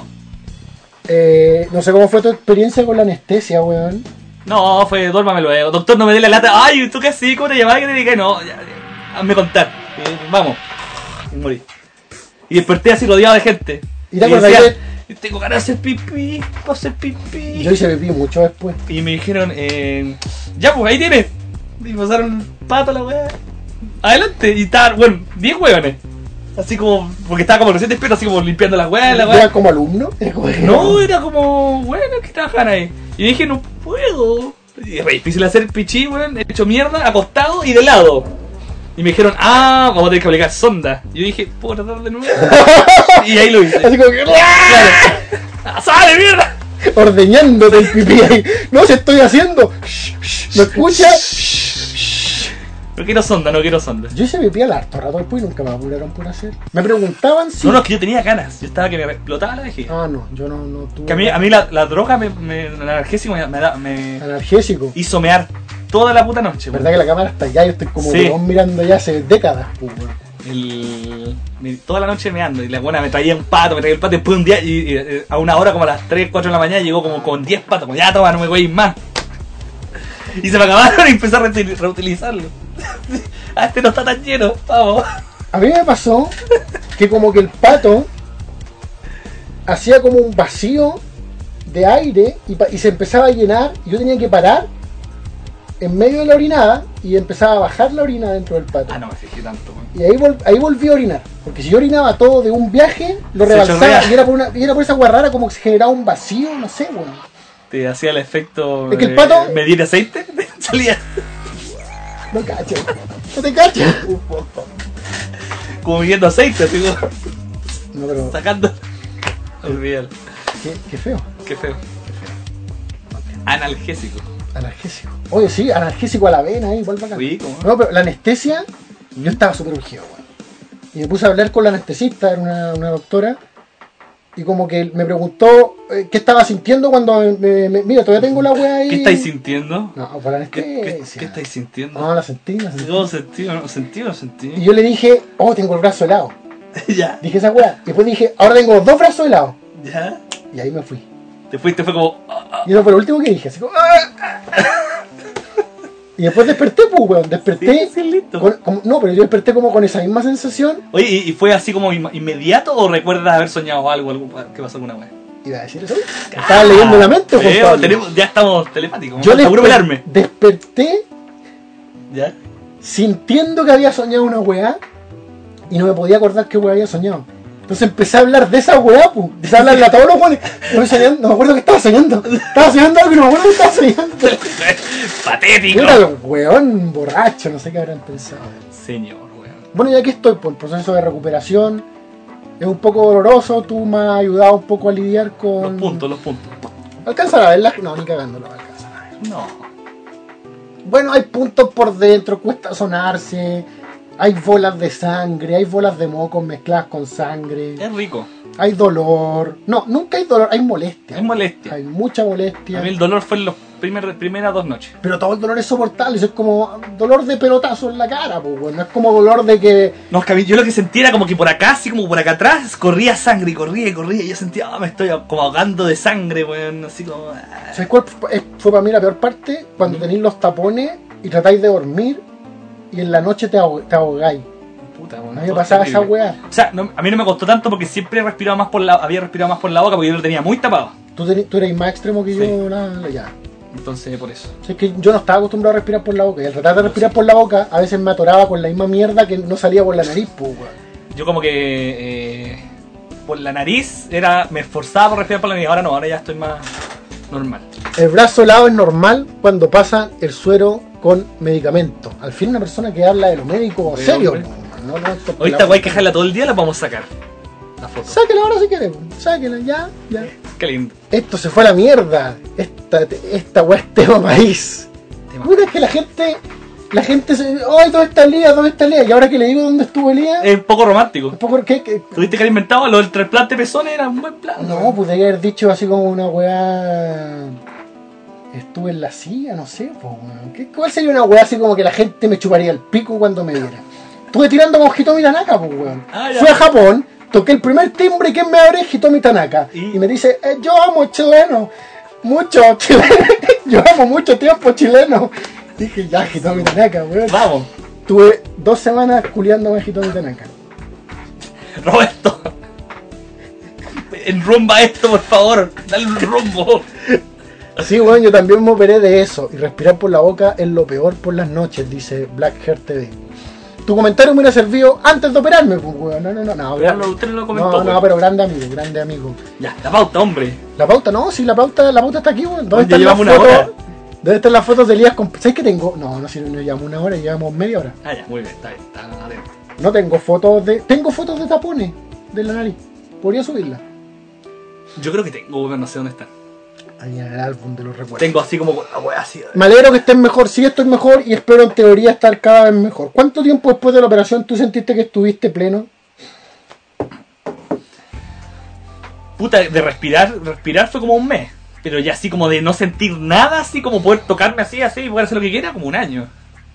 sé cómo fue tu experiencia con la anestesia, weón. No, duérmame luego. Doctor, no me dé la lata. Ay, ¿tú qué así? ¿Cómo te llamabas? ¿Qué te dije? No, ya, hazme contar. Vamos. Y morí. Y desperté así rodeado de gente. ¿Y te acordás de...? Tengo ganas de hacer pipí, puedo hacer pipí. Yo hice pipí mucho después. Y me dijeron, ya pues, ahí tienes. Y pasaron pato la weá. Adelante. Y estaban, bueno, 10 weones. Así como, porque estaba como recién despierto, así como limpiando las weas, la weá. ¿Era como alumno? No, era como, bueno, que trabajaban ahí. Y dije, no puedo. Y es re difícil hacer pichí, weón, hecho mierda, acostado y de lado. Y me dijeron, vamos a tener que aplicar sonda. Y yo dije, ¿puedo tratar de nuevo? Y ahí lo hice. Así como que... Claro. ¡Sale, mierda! Ordeñándote el pipí ahí. No, se estoy haciendo. ¿Lo escuchas? No quiero sonda. Yo hice pipí al harto rato después y nunca me apuraron por hacer. Me preguntaban si... No, es que yo tenía ganas. Yo estaba que me explotaba la vejiga. No, yo no tuve... Que a mí la droga el analgésico me Analgésico. hizo mear toda la puta noche. ¿Verdad que la cámara está allá? Yo estoy como mirando ya hace décadas, pues, toda la noche meando. Y la buena me traía un pato, me traía el pato. Y después un día, y a una hora, como a las 3, 4 de la mañana, llegó como con 10 patos. Como, ya toma, no me voy a ir más. Y se me acabaron y empecé a reutilizarlo. Este no está tan lleno, vamos. A mí me pasó que como que el pato hacía como un vacío de aire y se empezaba a llenar y yo tenía que parar en medio de la orinada y empezaba a bajar la orina dentro del pato. No me fijé tanto, man. Y ahí volví a orinar, porque si yo orinaba todo de un viaje, lo rebalsaba y era por esa agua rara como que se generaba un vacío, no sé, weón. Te hacía el efecto es que el pato medir aceite, salía. No cacho, no te cacho. Como midiendo aceite, así como. No, pero... Sacando. Olvídalo. Qué feo. Analgésico. Oye, sí, analgésico a la vena, igual bacán. Sí, ¿cómo? No, pero la anestesia, yo estaba súper urgido, weón. Y me puse a hablar con la anestesista, era una doctora, y como que me preguntó qué estaba sintiendo cuando mira, todavía tengo la weá ahí. ¿Qué estáis sintiendo? No, por la anestesia. ¿Qué estáis sintiendo? No, la sentí. No sentí. Y yo le dije, tengo el brazo helado. Ya. Dije esa weá. Y después dije, ahora tengo 2 brazos helados. Ya. Y ahí me fui. Te fuiste, fue como... Y eso fue lo último que dije, así como... Y después desperté, pues, weón. Desperté... Sí, listo. No, pero yo desperté como con esa misma sensación. Oye, ¿y fue así como inmediato o recuerdas haber soñado algo que pasó alguna vez? ¿Iba a decir eso? Estaba leyendo la mente, ya estamos telepáticos. Yo desperté. Desperté... ¿Ya? Sintiendo que había soñado una weá y no me podía acordar qué weá había soñado. Entonces empecé a hablar de esa weá, pues. Empecé a hablarle a todos los weones. No me acuerdo que estaba soñando. Estaba soñando algo y no me acuerdo que estaba soñando. Patético. Era el weón borracho, no sé qué habrán pensado. Señor, weón. Bueno, ya que estoy por el proceso de recuperación, es un poco doloroso. Tú me has ayudado un poco a lidiar con... Los puntos. ¿Alcanzar a verlas? No, ni cagándolo, alcanzar a ver. No. Bueno, hay puntos por dentro, cuesta sonarse. Hay bolas de sangre, hay bolas de mocos mezcladas con sangre. Es rico. Hay dolor. No, nunca hay dolor, hay molestia. Hay molestia. Hay mucha molestia. A mí el dolor fue en las primeras 2 noches. Pero todo el dolor es soportable, eso es como dolor de pelotazo en la cara, pues, bueno. No es como dolor de que... No, es que a mí, yo lo que sentía era como que por acá, así como por acá atrás, corría sangre, corría. Y yo sentía, me estoy como ahogando de sangre, weón, así como... ¿Sabes cuál fue para mí la peor parte? Cuando tenéis los tapones y tratáis de dormir y en la noche te ahogáis. Puta, bueno, a mí me pasaba esa weá. O sea, no, a mí no me costó tanto porque siempre había respirado más por la boca porque yo lo tenía muy tapado. Tú eres más extremo que Sí. yo, ya. Entonces, por eso. Es que yo no estaba acostumbrado a respirar por la boca. Y al tratar de respirar por la boca, a veces me atoraba con la misma mierda que no salía por la nariz, pues, weón. Yo como que por la nariz me esforzaba por respirar por la nariz. Ahora no, ahora ya estoy más normal. El brazo helado es normal cuando pasa el suero con medicamentos. Al fin una persona que habla de los médicos serio. No, ahorita hay que dejarla todo el día, la podemos sacar. La foto. Sáquela ahora si quieres. Sáquela, ya. Qué lindo. Esto se fue a la mierda. Esta weá es tema país. Puta, es que la gente se... ¡Ay, ¿dónde está Elías? Y ahora que le digo dónde estuvo Elías... Es un poco romántico. Un poco... ¿Qué? ¿Tuviste que haber inventado lo del trasplante de pezones? Era un buen plan. No, pues debería haber dicho así como una weá... Estuve en la silla, no sé, pues, ¿cuál sería una weá así como que la gente me chuparía el pico cuando me viera? Estuve tirando con Hitomi Tanaka, pues, weón. Fui a Japón, toqué el primer timbre y ¿quién me abre? Hitomi Tanaka. Y me dice, yo amo chileno. Mucho chileno. Yo amo mucho tiempo chileno. Dije, ya, Hitomi Tanaka, weón. Vamos. Tuve 2 semanas culiándome a Hitomi Tanaka. Roberto. Enrumba esto, por favor. Dale un rumbo. Sí, bueno, yo también me operé de eso. Y respirar por la boca es lo peor por las noches, dice Black Hair TV. Tu comentario me hubiera servido antes de operarme, pues, weón. No. Pero usted no lo comentó. No, pero grande amigo. Ya, la pauta, hombre. La pauta, no, sí, la pauta está aquí, weón. ¿Dónde ya llevamos una hora. ¿Dónde están las fotos de Elías con... ¿Sabes qué tengo? No, si no llevamos una hora, llevamos media hora. Ah, ya, muy bien, está adentro. No tengo fotos de... Tengo fotos de tapones de la nariz. Podría subirla. Yo creo que tengo, no sé dónde están. Ahí en el álbum de los recuerdos. Tengo así como la wea así. Me alegro que estés mejor, sí estoy mejor y espero en teoría estar cada vez mejor. ¿Cuánto tiempo después de la operación tú sentiste que estuviste pleno? Puta, de respirar fue como un mes. Pero ya así como de no sentir nada, así como poder tocarme así y poder hacer lo que quiera, como un año.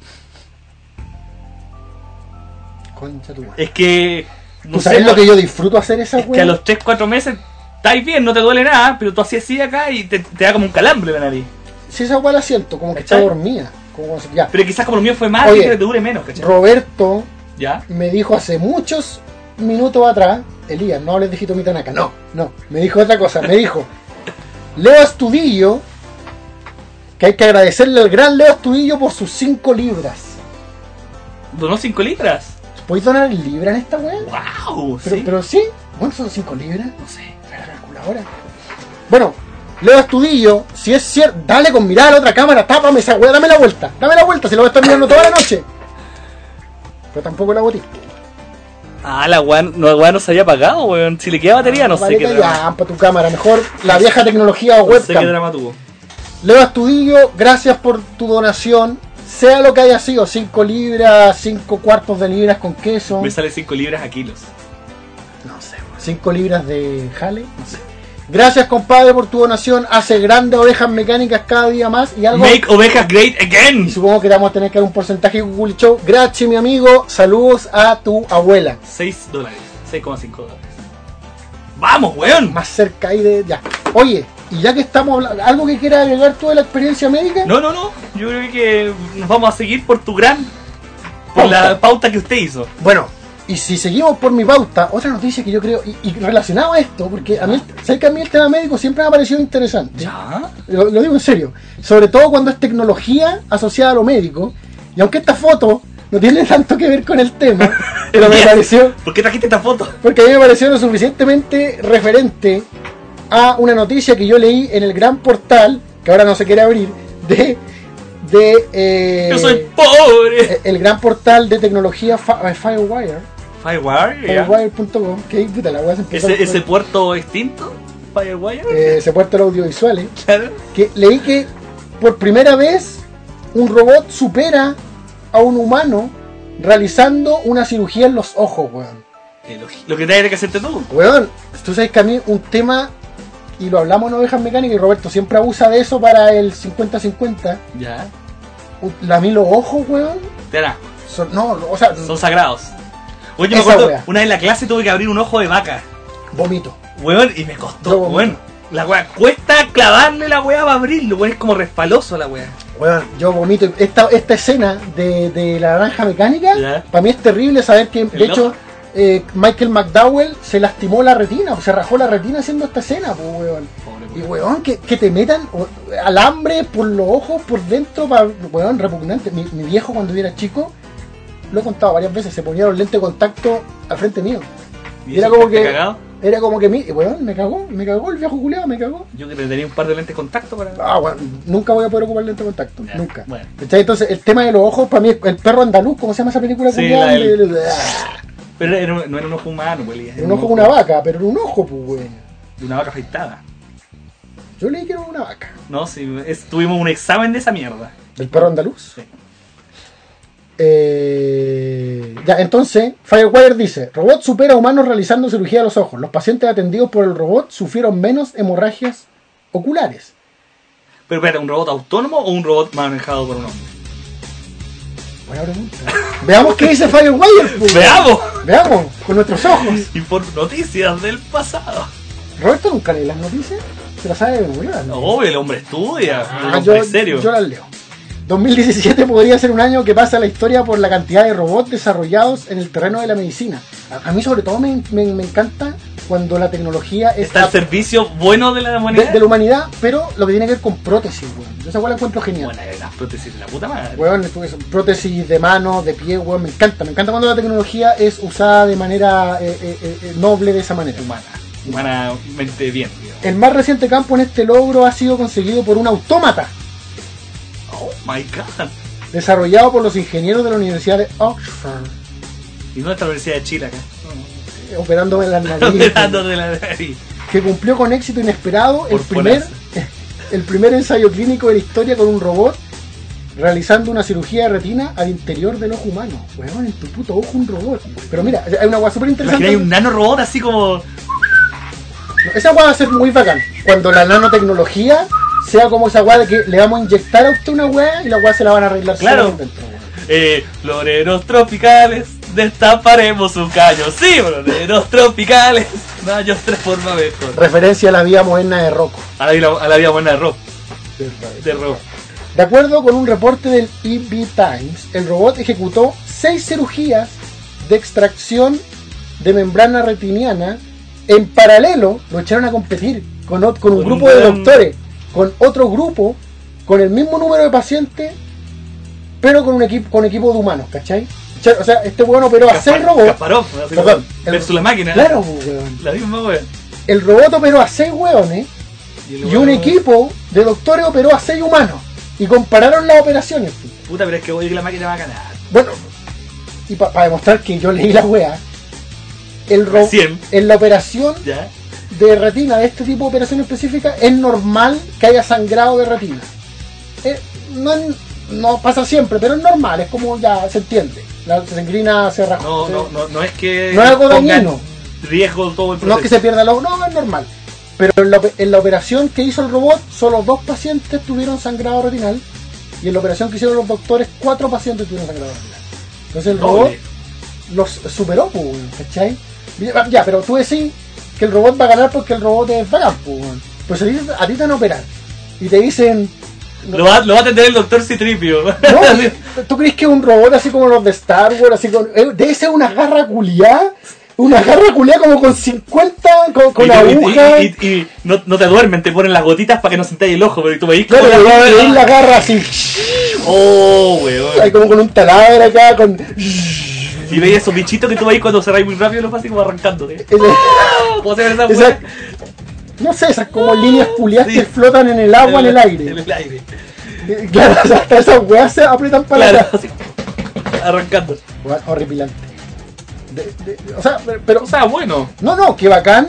Concha tu madre. Es que... No ¿tú sabes lo que yo disfruto hacer esa wea? Es que a los 3-4 meses... Estáis bien, no te duele nada, pero tú hacías así acá y te da como un calambre la nariz. Sí, esa weá la siento, como que está dormida. Ya. Pero quizás como lo mío fue más, que te dure menos, ¿cachai? Roberto ¿ya? Me dijo hace muchos minutos atrás, Elías, no hables de Hitomi Tanaka, no, me dijo otra cosa, me dijo, Leo Astudillo, que hay que agradecerle al gran Leo Astudillo por sus 5 libras. ¿Donó 5 libras? ¿Puedes donar libras en esta weá? ¡Wow! Pero sí, bueno, son 5 libras. No sé. Ahora. Bueno, Leo Astudillo, si es cierto, dale con mirar a la otra cámara, tápame esa weá, dame la vuelta, si lo voy a estar mirando toda la noche. Pero tampoco la botí. Ah, la weá no se había apagado, weón. Si le queda batería, no sé qué drama. Ya, para tu cámara, mejor la vieja tecnología o webcam. No sé qué drama tuvo. Leo Astudillo, gracias por tu donación. Sea lo que haya sido, 5 libras, 5 cuartos de libras con queso. Me sale 5 libras a kilos. No sé, 5 libras de jale, no sé. Gracias, compadre, por tu donación. Hace grandes ovejas mecánicas cada día más y algo. Make ovejas great again. Y supongo que te vamos a tener que dar un porcentaje de Google Show. Gracias, mi amigo. Saludos a tu abuela. $6. $6,5. Vamos, weón. Más cerca ahí de. Ya. Oye, y ya que estamos hablando, ¿algo que quieras agregar tú de la experiencia médica? No. Yo creo que nos vamos a seguir por la pauta que usted hizo. Bueno. Y si seguimos por mi pauta, otra noticia que yo creo, y relacionado a esto, porque a mí, sé que a mí el tema médico siempre me ha parecido interesante. ¿Ya? Lo digo en serio. Sobre todo cuando es tecnología asociada a lo médico. Y aunque esta foto no tiene tanto que ver con el tema, pero me pareció... ¿Por qué trajiste esta foto? Porque a mí me pareció lo suficientemente referente a una noticia que yo leí en el gran portal, que ahora no se quiere abrir, Yo soy pobre. el gran portal de tecnología Firewire. Firewire.com, que puta la weá se empezó. ¿Ese puerto extinto? Firewire. Ese puerto de audiovisuales. Claro. Que leí que por primera vez un robot supera a un humano realizando una cirugía en los ojos, weón. Lo que tienes que hacerte tú. Weón, tú sabes que a mí un tema, y lo hablamos en Ovejas Mecánicas, y Roberto siempre abusa de eso para el 50-50. Ya. A mí los ojos, weón, Te hará. son sagrados. Oye, me esa acuerdo, wea. una vez en la clase tuve que abrir un ojo de vaca. vomito. Weón, y me costó, Yo vomito. weón. La weá cuesta clavarle la weá para abrirlo, weón, es como resbaloso la weá. Weón, yo vomito. Esta escena de la naranja mecánica, Ya. para mí es terrible saber que, de ¿El hecho, ojo? Michael McDowell se lastimó la retina, o se rajó la retina haciendo esta escena, pues, weón. Pobre Y weón, que te metan alambre por los ojos, por dentro, weón, repugnante. Mi viejo cuando yo era chico, lo he contado varias veces, se ponía los lentes de contacto al frente mío. ¿Y Era eso como te que... cagado? Era como que weón, me cagó el viejo culiado, me cagó. Yo que tenía un par de lentes de contacto para... Bueno, nunca voy a poder ocupar lente de contacto, Ya, nunca. bueno. ¿Cachai? Entonces, el tema de los ojos, para mí, el perro andaluz, ¿cómo se llama esa película? Sí, culiada? Pero no era un ojo humano, pues. Era un ojo de una vaca, pero era un ojo, pues, weón. De una vaca afeitada. Yo leí que era una vaca. No, sí, tuvimos un examen de esa mierda. ¿Del perro andaluz? Sí. Ya, entonces, Firewire dice: robot supera a humanos realizando cirugía de los ojos. Los pacientes atendidos por el robot sufrieron menos hemorragias oculares. Pero espera, ¿un robot autónomo o un robot manejado por un hombre? Buena pregunta. Veamos qué dice Firewire. Pues. Veamos, con nuestros ojos. Y por noticias del pasado. Roberto nunca lee las noticias. Se las sabe de memoria. No, obvio, el hombre estudia. El yo, hombre es serio. yo las leo. 2017 podría ser un año que pasa a la historia por la cantidad de robots desarrollados en el terreno de la medicina. A mí sobre todo me encanta cuando la tecnología Está al servicio bueno de la humanidad. de la humanidad, pero lo que tiene que ver con prótesis, weón. Yo esa weón la encuentro genial. Bueno, las prótesis de la puta madre. Weón, prótesis de manos, de pie, weón, me encanta cuando la tecnología es usada de manera noble, de esa manera. Humanamente bien, digamos. El más reciente campo en este logro ha sido conseguido por un autómata Oh my god. desarrollado por los ingenieros de la Universidad de Oxford, ¿Y dónde está la Universidad de Chile acá? operando en las narices, Operando de la nariz. que cumplió con éxito inesperado Por ponerse. el primer ensayo clínico de la historia con un robot realizando una cirugía de retina al interior del ojo humano. Weón, en tu puto ojo un robot. Pero mira, hay una guay súper interesante. Imagina, hay un nanorobot así como... Esa guay va a ser muy bacán. Cuando la nanotecnología sea como esa guay de que le vamos a inyectar a usted una guay y la guay se la van a arreglar Claro. sola dentro, weón. Floreros tropicales, destaparemos un caño. Sí, floreros tropicales, rayos transforma mejor. Referencia a la vida moderna de Rocco. A la vida buena de Rob. De Rob. De acuerdo con un reporte del EB Times, el robot ejecutó 6 cirugías de extracción de membrana retiniana. En paralelo, lo echaron a competir con un grupo de doctores, con otro grupo, con el mismo número de pacientes, pero con equipo de humanos, ¿cachai? O sea, este weón operó a 6 robots. Kasparov, así Perdón, como versus la máquina. Claro, weón. La misma weón. El robot operó a 6 weones y un equipo de doctores operó a 6 humanos. Y compararon las operaciones. Puta, pero es que voy a que la máquina va a ganar. Bueno, y para demostrar que yo leí la wea, Recién. en la operación ¿Ya? de retina, de este tipo de operación específica, es normal que haya sangrado de retina. No pasa siempre, pero es normal, es como ya se entiende. La sangrina se rajó. No es que... No es algo pongan dañino. riesgo todo el proceso. No es que se pierda el ojo, no, es normal. Pero en la operación que hizo el robot, solo 2 pacientes tuvieron sangrado retinal. Y en la operación que hicieron los doctores, 4 pacientes tuvieron sangrado retinal. Entonces el robot los superó, pues, ¿cachai? Ya, pero tú decís que el robot va a ganar porque el robot es bacán, pues. Pues a ti te van a operar. Y te dicen... Lo va a atender el doctor Citripio. No, ¿tú crees que un robot así como los de Star Wars, así con... debe ser una garra culiada? Una garra culiada como con 50, con agujas. Y no te duermen, te ponen las gotitas para que no sentáis el ojo, pero tú veis Claro, y la garra así. Oh, weón. Hay como con un taladro acá, con... Y veis esos bichitos que tú veis cuando cerráis muy rápido, los vas así como arrancándote. ¿Cómo se ve esa weá? No sé, esas como líneas culiadas que flotan en el agua, en el aire. En el aire. Claro, hasta esas weas se apretan para Claro, atrás. así, arrancando. Bueno, horripilante. O sea, pero... O sea, bueno. No, que bacán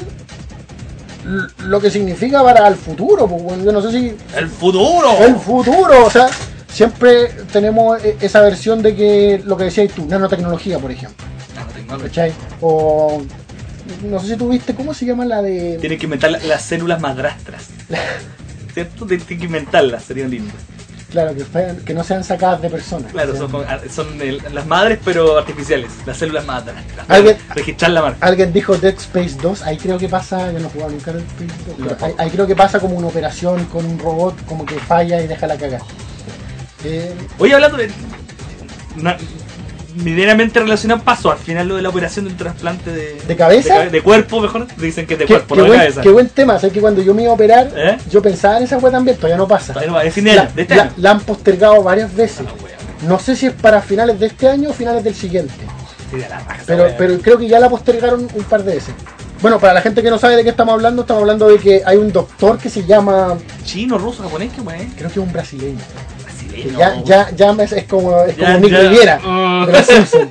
lo que significa para el futuro, pues bueno, yo no sé si... ¡El futuro! El futuro, o sea, siempre tenemos esa versión de que, lo que decías tú, nanotecnología, por ejemplo. Nanotecnología. ¿Cachai? O... No sé si tú viste, ¿cómo se llama la de...? Tienen que inventar las células madrastras. ¿Cierto? Tienen que inventarlas, sería lindo. Claro, que no sean sacadas de personas. Claro, son las madres, pero artificiales. Las células madrastras. ¿Alguien? Registrar la marca. Alguien dijo Dead Space 2, ahí creo que pasa, yo no he jugado nunca Dead Space 2, pero ahí creo que pasa como una operación con un robot como que falla y deja la cagada. Oye, hablando de... Medianamente relacionado, pasó al final lo de la operación del trasplante ¿De cabeza? De cuerpo, mejor. Dicen que es de cuerpo, no de cabeza. Qué buen tema, sabes que cuando yo me iba a operar, ¿Eh? yo pensaba en esa wea también, todavía no pasa. Todavía no va, es fin de año, de este año. La han postergado varias veces. No sé si es para finales de este año o finales del siguiente. Pero creo que ya la postergaron un par de veces. Bueno, para la gente que no sabe de qué estamos hablando de que hay un doctor que se llama... Chino, ruso, japonés, qué weón. Creo que es un brasileño. Brasileño. Ya es como Nick Riviera, de los Simpsons.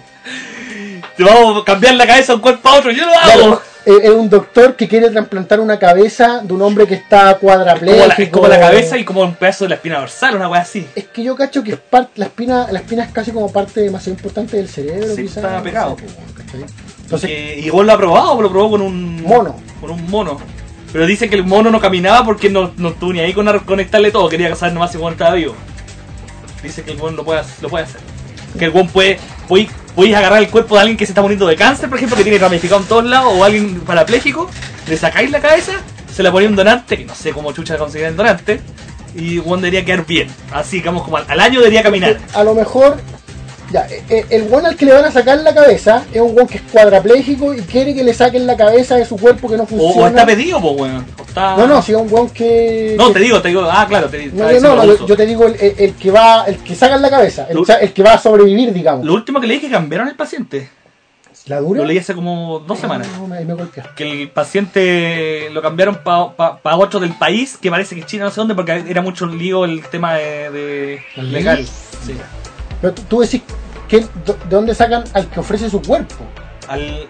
Te vamos a cambiar la cabeza de un cuerpo a otro, yo lo hago. Claro, es un doctor que quiere trasplantar una cabeza de un hombre que está cuadrapléjico. Como la cabeza y como un pedazo de la espina dorsal, una wea así. Es que yo cacho que la espina es casi como parte demasiado importante del cerebro. Sí, quizás. está pegado. Entonces, y vos lo ha probado, lo probó con un mono. Con un mono. Pero dice que el mono no caminaba porque no estuvo ni ahí con conectarle todo, quería saber nomás si el mono estaba vivo. Dice que el mono lo puede hacer. Que el mono podéis agarrar el cuerpo de alguien que se está muriendo de cáncer, por ejemplo, que tiene ramificado en todos lados, o alguien parapléjico, le sacáis la cabeza, se la ponía un donante, que no sé cómo chucha conseguir el donante, y el mono debería quedar bien. Así, digamos, como al año debería caminar. A lo mejor, ya, el mono al que le van a sacar la cabeza es un mono que es cuadrapléjico y quiere que le saquen la cabeza de su cuerpo que no funciona. O está pedido, pues, weón. No, si es un weón que... No, te digo, claro, yo te digo el que sacan la cabeza, el que va a sobrevivir, digamos. Lo último que leí es que cambiaron el paciente. ¿La dura? Lo leí hace como 2 semanas. No, me golpeó. Que el paciente lo cambiaron para otro del país, que parece que es China, no sé dónde, porque era mucho lío el tema de legal. Sí. Pero tú decís, ¿de dónde sacan al que ofrece su cuerpo? Al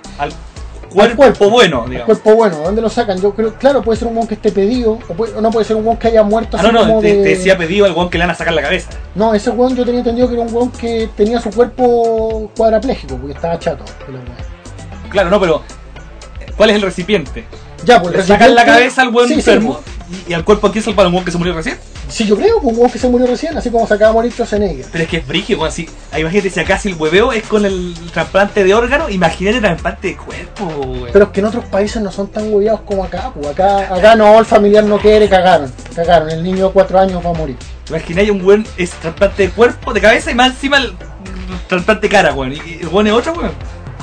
cuerpo bueno, digamos. Al cuerpo bueno, ¿dónde lo sacan? Yo creo, claro, puede ser un weón que esté pedido, o no puede ser un weón que haya muerto. Te decía pedido al weón que le van a sacar la cabeza. No, ese weón yo tenía entendido que era un weón que tenía su cuerpo cuadrapléjico, porque estaba chato. Claro, no, pero ¿cuál es el recipiente? Ya, pues le sacan la cabeza al weón sí, enfermo, y al cuerpo aquí es para un weón que se murió recién. Sí, yo creo, pues un weón que se murió recién, así como se acaba de morir Schwarzenegger. Pero es que es brígido, así. Imagínate si acá si el hueveo es con el trasplante de órgano, imagínate el trasplante de cuerpo, weón. Pero es que en otros países no son tan hueveados como acá, pues acá no, el familiar no quiere, cagaron, el niño de 4 años va a morir. Imagínate un weón es trasplante de cuerpo, de cabeza y más encima el trasplante de cara, weón. Y el weón es otro, weón.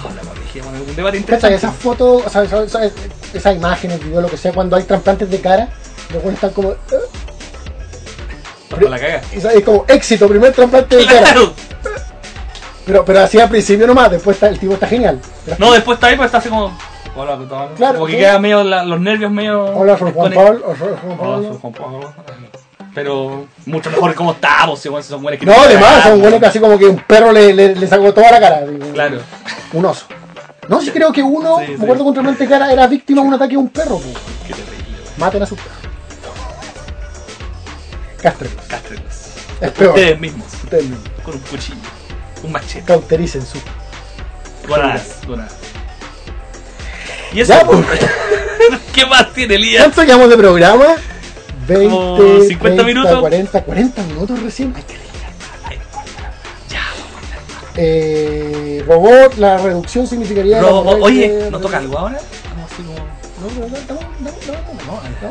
Un debate interesante. Esas fotos, o sea, esas imágenes, videos, lo que sea, cuando hay trasplantes de cara, los buenos están como... La caga. Es como éxito, primer trasplante de cara. Pero así al principio nomás, después el tipo está genial. No, después está ahí, pues está así como... Hola, claro, como que queda medio los nervios medio... Hola, soy Juan Pablo. Hola, soy Juan Pablo. Pero mucho mejor como estamos, si son buenos que... No, además, son buenos que así como que un perro le sacó toda la cara. Claro. Un oso. No, sí creo que uno, me acuerdo con trasplante de cara, era víctima de un ataque de un perro. Pues. Qué terrible. Maten a sus perros. Castrenlos. Es peor. Ustedes mismos. Con un cuchillo. Un machete. Cautericen su. Buenas. Y eso. Ya, pues. ¿Qué más tiene Elías? ¿Cuánto llevamos de programa? 20, como 50 minutos. 40 minutos recién. Hay que leer. Robot, la reducción significaría... Oye, ¿no toca algo ahora? No, así como... No.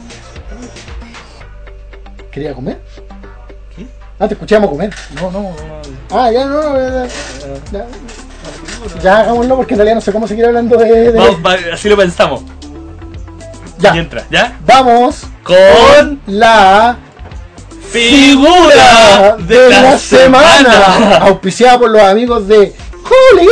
¿Quería comer? ¿Qué? Ah, te escuchamos comer. No. Ah, ya, no. Ya. Ya hagámoslo porque en realidad no sé cómo seguir hablando de... Vamos, así lo pensamos. Ya. Mientras, ¿ya? Vamos Con la figura de la semana. Auspiciada por los amigos de Holy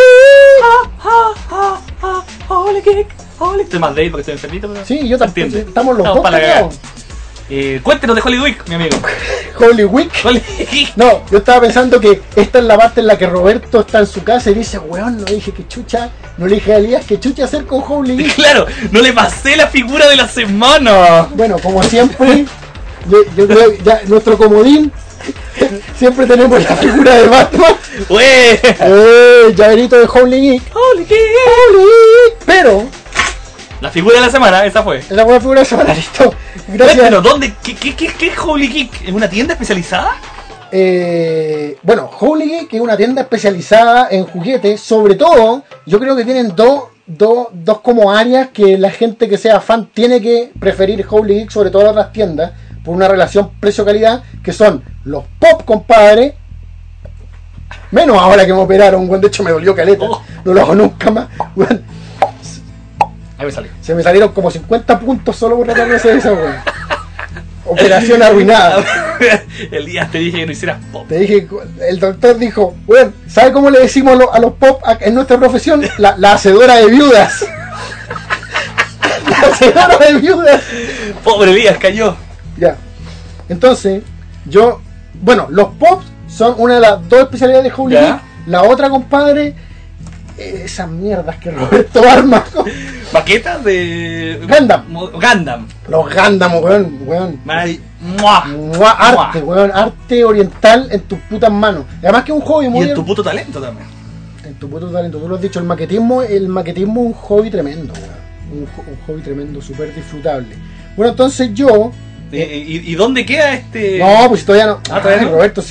Geek. Holy. Estoy más débil porque estoy enfermito. Pero Sí, yo también. ¿entiendes? Estamos los Estamos dos para la pegados. Cuéntenos de Holy Week, mi amigo. Holy Week. Holy Geek. No, yo estaba pensando que esta es la parte en la que Roberto está en su casa y dice, weón, no dije que chucha, no le dije a Elías que chucha hacer con Holy Geek. Claro, no le pasé la figura de la semana. Bueno, como siempre, yo creo que ya nuestro comodín, siempre tenemos la figura de Batman, ¡Wey! llaverito de Holy Geek, Holy Geek. Holy Geek, pero La figura de la semana, esa fue. es la buena figura de semana, listo. Gracias. Cuéntenos, ¿dónde? ¿Qué es Holy Geek? ¿Es una tienda especializada? Bueno, Holy Geek es una tienda especializada en juguetes, sobre todo, yo creo que tienen dos como áreas que la gente que sea fan tiene que preferir Holy Geek sobre todas las otras tiendas, por una relación precio-calidad, que son los pop, compadre. Menos ahora que me operaron, weón, de hecho me dolió caleta, no lo hago nunca más, weón. Ahí me salió. Se me salieron como 50 puntos solo por tratar de hacer esa, weón. Operación arruinada. El día te dije que no hicieras pop. Te dije, el doctor dijo, weón, ¿sabe cómo le decimos a los pop en nuestra profesión? La hacedora de viudas. La hacedora de viudas. Pobre Elías, cayó. Ya. Entonces, bueno, los pops son una de las dos especialidades de Holy Ya. Geek. La otra, compadre, esas mierdas que Roberto arma. Maquetas de Gundam. Los Gundam, weón. ¡Mua! Arte, weón. Arte oriental en tus putas manos. Además que es un hobby Y muy... en tu puto talento también. En tu puto talento, tú lo has dicho, el maquetismo es un hobby tremendo, weón. Un hobby tremendo, súper disfrutable. Bueno, entonces yo... ¿Y dónde queda este...? No, pues todavía no. ¿Todavía no? Roberto.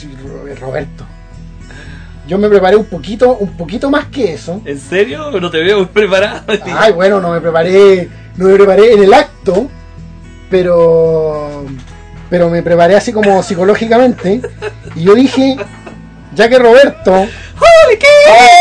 Yo me preparé un poquito más que eso. ¿En serio? No te veo muy preparado. Ay, bueno, no me preparé en el acto, pero me preparé así como psicológicamente. Y yo dije, ya que Roberto... ¡Holy Geek!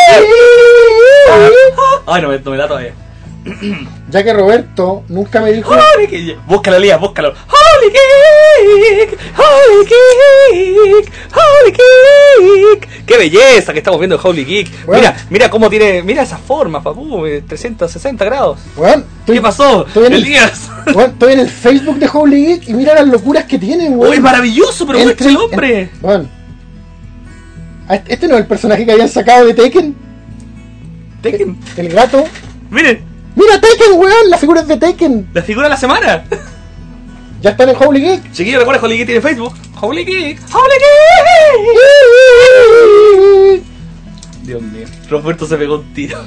Ay, no me da todavía. Ya que Roberto nunca me dijo... ¡Holy Geek! Búscalo, Elías, búscalo. ¡Holy Geek! ¡Holy Geek! ¡Holy Geek! ¡Qué belleza que estamos viendo en Holy Geek! Bueno. Mira cómo tiene... Mira esa forma, papu. 360 grados. Weón, ¿Qué pasó? Elías. Estoy en el Facebook de Holy Geek y mira las locuras que tienen, weón. ¡Uy, maravilloso! Pero muestra el hombre. Weón. Este no es el personaje que habían sacado de Tekken. Tekken. El gato. Miren, Mira Tekken, weón, las figuras de Tekken. la figura de la semana. Ya están en Holy Geek. Chiquillo, recuerda, Holy Geek tiene Facebook. Holy Geek. ¡Holy Geek! Dios mío. Roberto se pegó un tiro.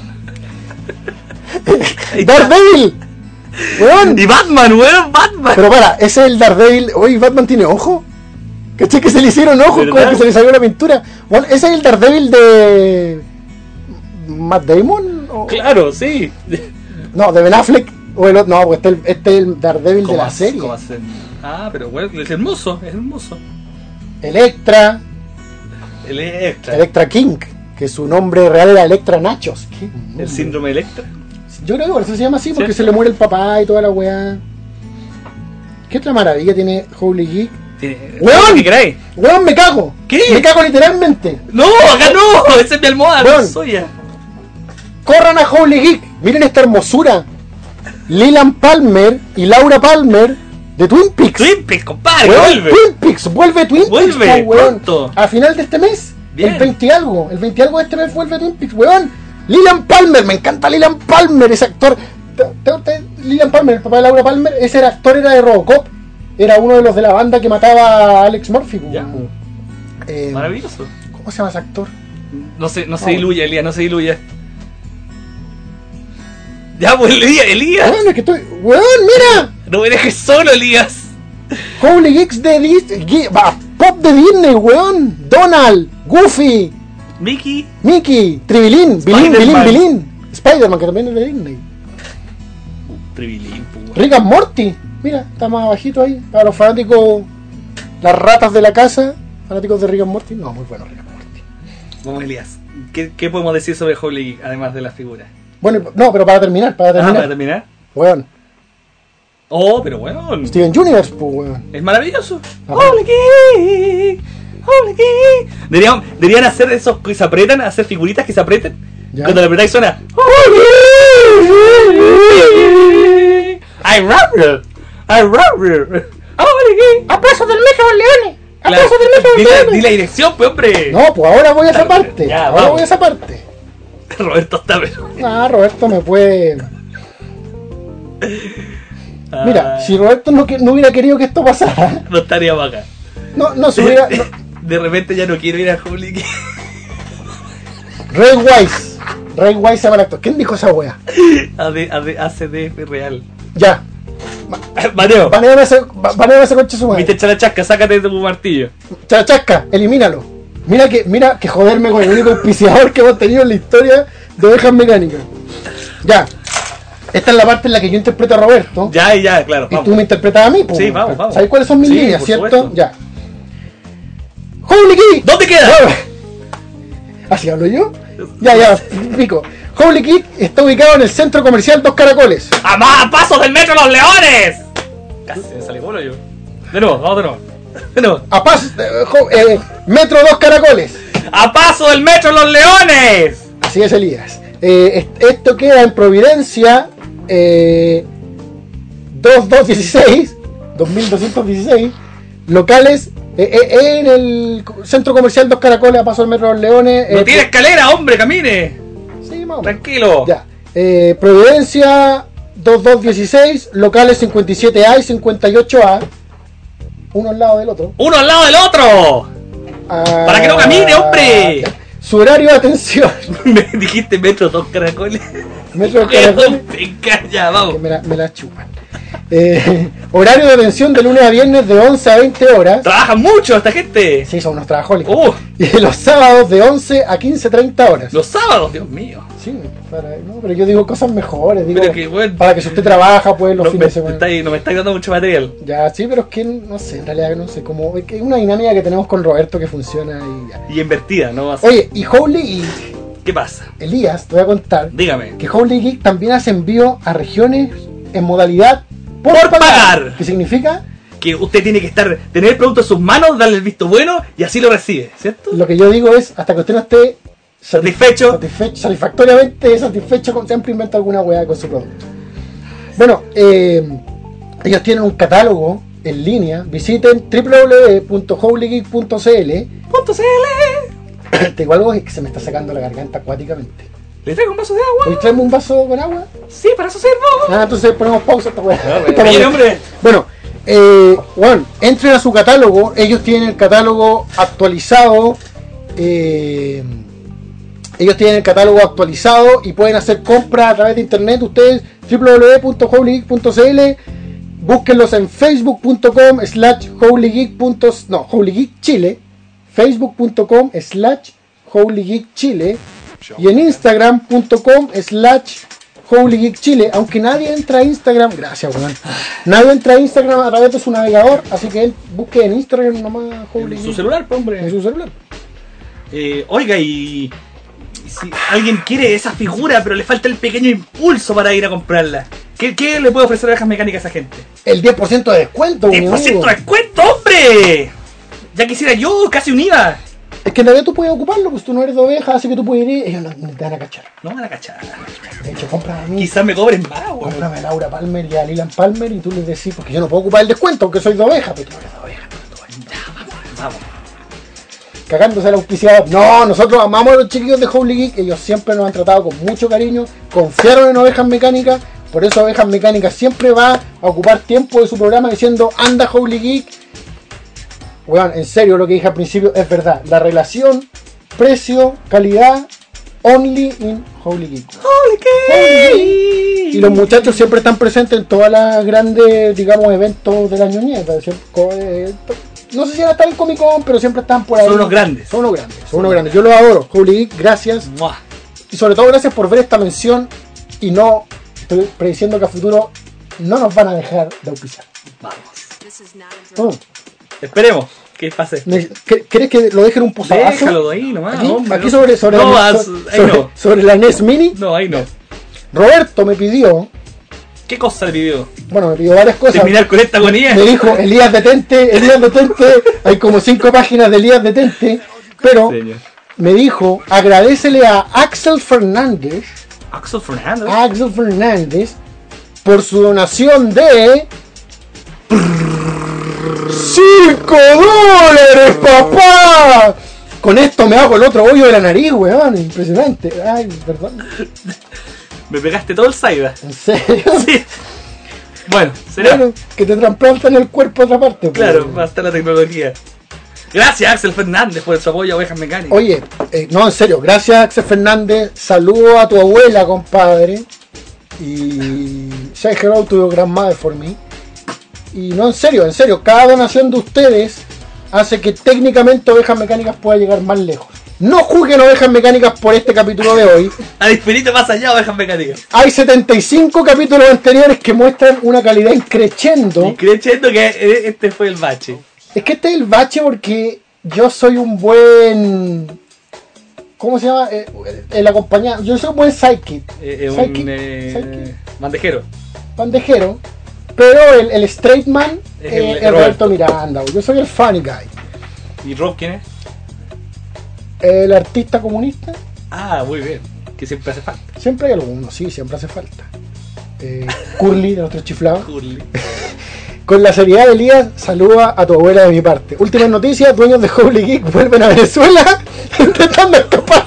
Daredevil. Weón. Y Batman, weón, Batman. Pero para, ese es el Daredevil. Oye, Batman tiene ojo. ¿Caché que se le hicieron ojos? ¿Verdad? Como que se le salió la pintura. Bueno, ese es el Daredevil de... ¿Matt Damon? ¿O... Claro, sí. No, de Ben Affleck. O el otro. No, pues este es el Daredevil de la ¿Cómo serie. hacen? Ah, pero weón, es hermoso, es hermoso. Electra. Electra. Electra King. Que su nombre real era Electra Nachos. ¿Qué? El síndrome Electra. Yo creo que por eso se llama así, porque Sí. se le muere el papá y toda la weá. ¿Qué otra maravilla tiene Holy Geek? ¡Weón! ¿Qué queráis? ¡Weón, me cago! ¿Qué? Me cago literalmente. No, acá no, esa es mi almohada, Weón. no soy ya. ¡Corran a Holy Geek! Miren esta hermosura. Leland Palmer y Laura Palmer de Twin Peaks. Twin Peaks, compadre, Weón, vuelve. Twin Peaks, vuelve Twin Vuelve, Peaks, po, weón. pronto. A final de este mes, Bien. el 20 y algo de este mes vuelve Twin Peaks, weón. Leland Palmer, me encanta Leland Palmer, ese actor. Leland Palmer, el papá de Laura Palmer, ese actor era de Robocop. Era uno de los de la banda que mataba a Alex Murphy. Ya. Maravilloso. ¿Cómo se llama ese actor? No se diluya, Elías, no se diluya. Ya, pues, Elías. Weón, es que estoy. ¡Weón, mira! No me dejes solo, Elías. Holy Geeks de Disney. Pop de Disney, weón. Donald, Goofy, Mickey. Mickey, Tribilín, Spider-Man. Bilín. Spider-Man, que también es de Disney. Tribilín, pues. Rick and Morty. Mira, está más abajito ahí. Para los fanáticos, las ratas de la casa. Fanáticos de Rick and Morty. No, muy bueno Rick and Morty. Vamos, Elías. ¿Qué podemos decir sobre Holy Geek, además de las figuras? Bueno, no, pero para terminar. ¿Para terminar? Weón. Oh, pero bueno. Steven Universe, pues, weón. Es maravilloso. Holy Geek. Holy Geek. Deberían hacer esos que se apretan, hacer figuritas que se aprieten. Ya. Cuando la apretáis suena Holy Geek. I love you. Holy Geek. ¡Aplausos del Metro Los Leones! Claro. Di la dirección, pues, hombre. No, pues ahora voy a esa parte. Ya, ahora voy a esa parte. Roberto está pero. Ah, Roberto me puede. Mira, si Roberto no hubiera querido que esto pasara, no estaríamos acá. No se hubiera. No. De repente ya no quiero ir a Holy Geek. Ray Wise se llama el actor. ¿Quién dijo esa wea? ACDF real. Ya. Mateo. Baneame ese coche su madre. Viste, Charachasca, sácate de tu martillo. Charachasca, elimínalo. Mira que joderme con el único auspiciador que hemos tenido en la historia de Ovejas Mecánicas. Ya. Esta es la parte en la que yo interpreto a Roberto. Ya, claro. Y tú me interpretas a mí, pues. Sí, vamos. ¿Sabes cuáles son mis líneas, cierto? Supuesto. Ya. Holy Geek. ¿Dónde queda? ¿Así hablo yo? Ya, pico. Holy Geek está ubicado en el centro comercial Dos Caracoles. ¡A pasos del Metro Los Leones! Casi me salí bolo yo. De nuevo, vamos de nuevo. A paso, Metro Dos Caracoles. ¡A paso del Metro Los Leones! Así es, Elías. Esto queda en Providencia 2216 locales en el centro comercial Dos Caracoles, a paso del Metro Los Leones. ¡No tiene escalera, hombre! ¡Camine! Sí, mamá. Tranquilo. Ya. Providencia 2216, locales 57A y 58A. Uno al lado del otro. ¡Uno al lado del otro! ¡Para que no camine, hombre! Ya. Su horario de atención. Me dijiste Metro Dos Caracoles. Metro Dos Caracoles. Ya, vamos. Me la chupan. Horario de atención de lunes a viernes de 11 a 20 horas. Trabajan mucho esta gente. Sí, son unos trabajólicos. Y los sábados de 11 a 15:30 horas. Los sábados, Dios mío. Sí, pero yo digo cosas mejores. Digo, pero que, bueno, para que si usted trabaja, pues los fines de semana. No me estáis dando mucho material. Ya, sí, pero es que no sé, en realidad no sé. Como es que es una dinámica que tenemos con Roberto que funciona y ya. Y invertida, ¿no? Así. Oye, y Holy Geek. ¿Qué pasa? Elías, te voy a contar. Dígame. Que Holy Geek también hace envío a regiones en modalidad por pagar. ¿Qué significa? Que usted tiene que tener el producto en sus manos, darle el visto bueno y así lo recibe, ¿cierto? Lo que yo digo es, hasta que usted no esté satisfactoriamente satisfecho, siempre inventa alguna weá con su producto. Bueno, ellos tienen un catálogo en línea. Visiten www.holygeek.cl. Te digo algo que se me está sacando la garganta acuáticamente. ¿Le traigo un vaso de agua? ¿Le traemos un vaso con agua? Sí, para eso sirvo. Entonces ponemos pausa a esta weá. Bien, hombre. Bueno, entren a su catálogo. Ellos tienen el catálogo actualizado. Y pueden hacer compras a través de internet. Ustedes www.holygeek.cl. Búsquenlos en facebook.com/holygeek facebook.com/holygeekchile y en instagram.com/holygeekchile. Aunque nadie entra a Instagram, gracias, weón. Nadie entra a Instagram a través de su navegador, así que él busque en Instagram nomás en su celular, hombre. En su celular. Oiga, y si alguien quiere esa figura pero le falta el pequeño impulso para ir a comprarla, ¿qué le puede ofrecer Ovejas Mecánicas a esa gente? El 10% de descuento, 10% de descuento, hombre. Ya quisiera yo, casi un IVA. Es que en realidad tú puedes ocuparlo, pues tú no eres de oveja, así que tú puedes ir. Ellos no te van a cachar. No van a cachar. De hecho, cómprame a mí. Quizás me cobren más, weón. Cómprame a Laura Palmer y a Lilan Palmer y tú les decís, porque yo no puedo ocupar el descuento, aunque soy de oveja, pero tú no eres de oveja. Ya, vamos. Cagándose la auspiciador. No, nosotros amamos a los chiquillos de Holy Geek. Ellos siempre nos han tratado con mucho cariño. Confiaron en Ovejas Mecánicas. Por eso Ovejas Mecánicas siempre va a ocupar tiempo de su programa diciendo, anda Holy Geek. Bueno, en serio, lo que dije al principio es verdad. La relación precio-calidad only in Holy Geek. Holy Geek. Y los muchachos siempre están presentes en todas las grandes, digamos, eventos de la ñoñeta. No sé si van a estar en Comic Con, pero siempre están por ahí. Son unos grandes. Yo los adoro. Holy Geek, gracias. ¡Mua! Y sobre todo gracias por ver esta mención. Y no estoy prediciendo que a futuro no nos van a dejar de auspiciar. Vamos. Esperemos. ¿Qué pasa? ¿Querés que lo deje en un posavasos? Déjalo ahí nomás, Aquí, hombre. aquí sobre No, la, ahí no. sobre la NES Mini. No, ahí no. Roberto me pidió, ¿Qué cosa le pidió? bueno, me pidió varias cosas. ¿Terminar con esta agonía? Me dijo, Elías detente, hay como 5 páginas de Elías detente, pero Señor. me dijo, agradecele a Axel Fernández Axel Fernández. por su donación de $5, papá. Con esto me hago el otro hoyo de la nariz, weón, impresionante. Ay, perdón. Me pegaste todo el Saiba. ¿En serio? Sí. Bueno, será. Bueno, que te trasplantan el cuerpo a otra parte. Claro, pues. va a estar la tecnología. Gracias Axel Fernández por su apoyo a Ovejas Mecánicas. Oye, no, en serio, gracias Axel Fernández. Saludo a tu abuela, compadre. Y say hello to your grandmother for me. Y no, en serio, cada donación de ustedes hace que técnicamente Ovejas Mecánicas pueda llegar más lejos. No juzguen Ovejas Mecánicas por este capítulo de hoy. Al infinito más allá, Ovejas Mecánicas. Hay 75 capítulos anteriores que muestran una calidad increchendo. Y creyendo que este fue el bache. Es que este es el bache porque yo soy un buen... ¿Cómo se llama? El acompañado. Yo soy un buen sidekick. Un bandejero. Bandejero. Pero el straight man Es es el Roberto Miranda. Yo soy el funny guy. ¿Y Rob quién es? El artista comunista. Ah, muy bien. Que siempre hace falta. Siempre hay alguno, sí, siempre hace falta. Curly, de nuestro chiflado. Curly. Con la seriedad de Elías, saluda a tu abuela de mi parte. Últimas noticias, dueños de Holy Geek vuelven a Venezuela intentando escapar.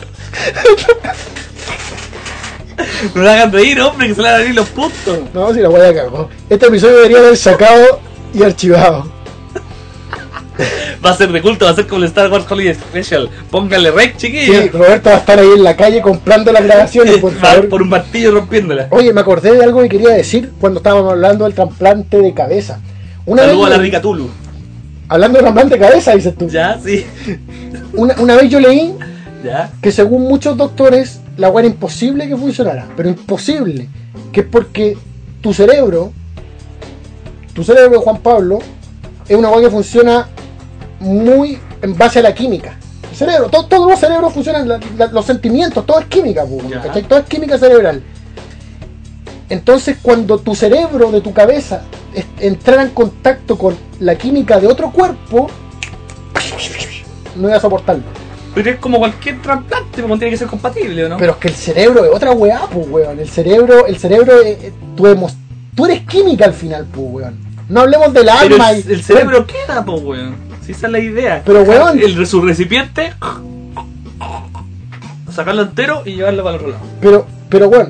No le hagan reír, hombre, que se le van a venir los puntos. No, si la abuela cagó. Este episodio debería haber sacado y archivado. Va a ser de culto, va a ser como el Star Wars Holiday Special. Pónganle rec, chiquillos. Sí, Roberto va a estar ahí en la calle comprando las grabaciones, por Va favor. por un martillo rompiéndola. Oye, me acordé de algo que quería decir cuando estábamos hablando del trasplante de cabeza. Saludos a la leí- rica Tulu. Hablando de trasplante de cabeza, dices tú. Ya, sí. Una vez yo leí Ya. que según muchos doctores la weá era imposible que funcionara, pero imposible, que es porque tu cerebro, Juan Pablo, es una weá que funciona muy en base a la química. El cerebro, todos los cerebros funcionan, los sentimientos, todo es química, Ya. ¿cachai? Todo es química cerebral. Entonces cuando tu cerebro de tu cabeza entrara en contacto con la química de otro cuerpo, no iba a soportarlo. Pero es como cualquier trasplante, como tiene que ser compatible, ¿o no? Pero es que el cerebro es otra weá, pues weón. El cerebro tú eres química al final, pues weón. No hablemos del Pero alma. el cerebro queda, pues, weón. Si esa es la idea. Pero, weón. Su recipiente, sacarlo entero y llevarlo para el otro lado. Pero weón.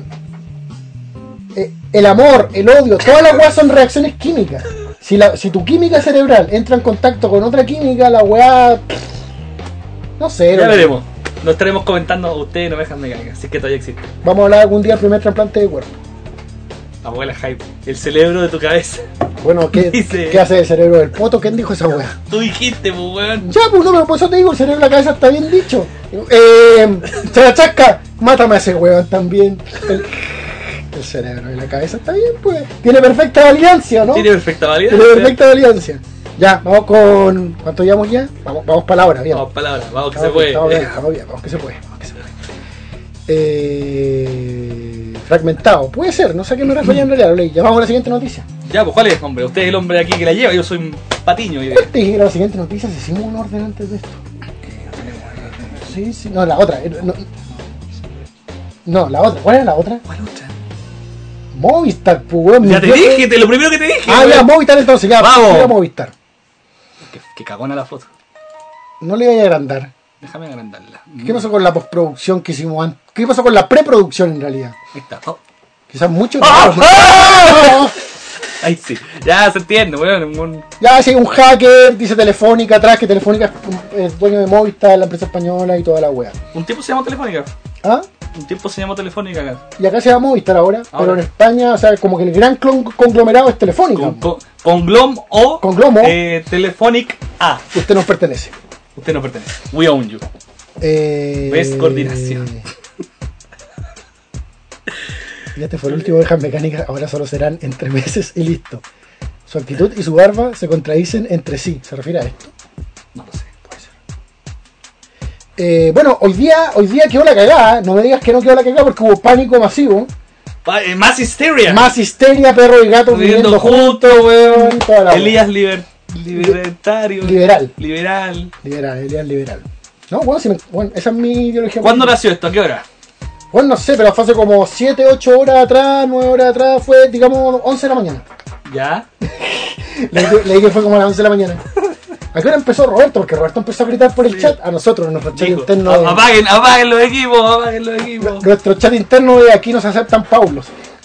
El amor, el odio, todas las weas son reacciones químicas. Si tu química cerebral entra en contacto con otra química, la weá. No sé. Ya no- veremos. Lo estaremos comentando a ustedes, no me dejan mecánica, si es que todavía existe. Vamos a hablar algún día del primer trasplante de cuerpo. Abuela hype. El cerebro de tu cabeza. Bueno, ¿qué, Dice- ¿qué hace el cerebro del poto? ¿Quién dijo esa weá? Tú dijiste, pues, weón. Ya, pues no, pero por eso te digo, el cerebro de la cabeza está bien dicho. Chachasca, mátame a ese weón también. El cerebro de la cabeza está bien, pues. Tiene perfecta validancia, ¿no? Tiene perfecta validez. Tiene perfecta validancia. Ya, vamos con... ¿Cuánto llevamos ya? Vamos para la hora, bien. Vamos, palabras, vamos que Estamos se puede. Estamos bien, vamos que se puede. Fragmentado, puede ser, no sé a qué me refería en realidad, lo leí. Ya vamos a la siguiente noticia. Ya, pues, ¿cuál es, hombre? Usted es el hombre aquí que la lleva, yo soy un patiño. Y... ¿Cuál te dije la siguiente noticia? Si hicimos un orden antes de esto. Sí, no, la otra. No, la otra. ¿Cuál era la otra? ¿Cuál otra? Movistar, pues, weón. Ya te dije, lo primero que te dije. Ah, ya, weón. Movistar entonces, ya. Vamos. Era Movistar. Que cagona la foto. No le voy a agrandar. Déjame agrandarla. ¿Qué pasó con la postproducción que hicimos antes? ¿Qué pasó con la preproducción en realidad? Ahí está. Oh. Quizás mucho. ¡Ah! Ahí sí. Ya se entiende, weón. Ya, si hay un hacker, dice Telefónica atrás, que Telefónica es dueño de Movistar, la empresa española y toda la wea. Un tiempo se llamó Telefónica. ¿Ah? Un tiempo se llamó Telefónica acá. Y acá se llama Movistar ahora, pero Ahora. en España, o sea, como que el gran conglomerado es Telefónica. Con Glom o Con Glomo. Telefonic A. Usted nos pertenece. Usted no pertenece. We own you. ¿Ves? Coordinación. Ya este fue el último Ovejas Mecánicas, ahora solo serán entre meses y listo. Su actitud y su barba se contradicen entre sí. ¿Se refiere a esto? Bueno, hoy día quedó la cagada. No me digas que no quedó la cagada porque hubo pánico masivo. Más histeria. Más histeria, perro y gato viviendo juntos, weón. Elías libertario. Liberal. Liberal. Elías liberal. No, bueno, esa es mi ideología. ¿Cuándo nació esto? ¿A qué hora? Bueno, no sé, pero fue hace como 7, 8 horas atrás, 9 horas atrás, fue, digamos, 11 de la mañana. ¿Ya? Leí que fue como a las 11 de la mañana. ¿A qué hora empezó Roberto? Porque Roberto empezó a gritar por el chat a nosotros, en nuestro chat interno. Apaguen los equipos. Nuestro chat interno de aquí nos aceptan Paulos.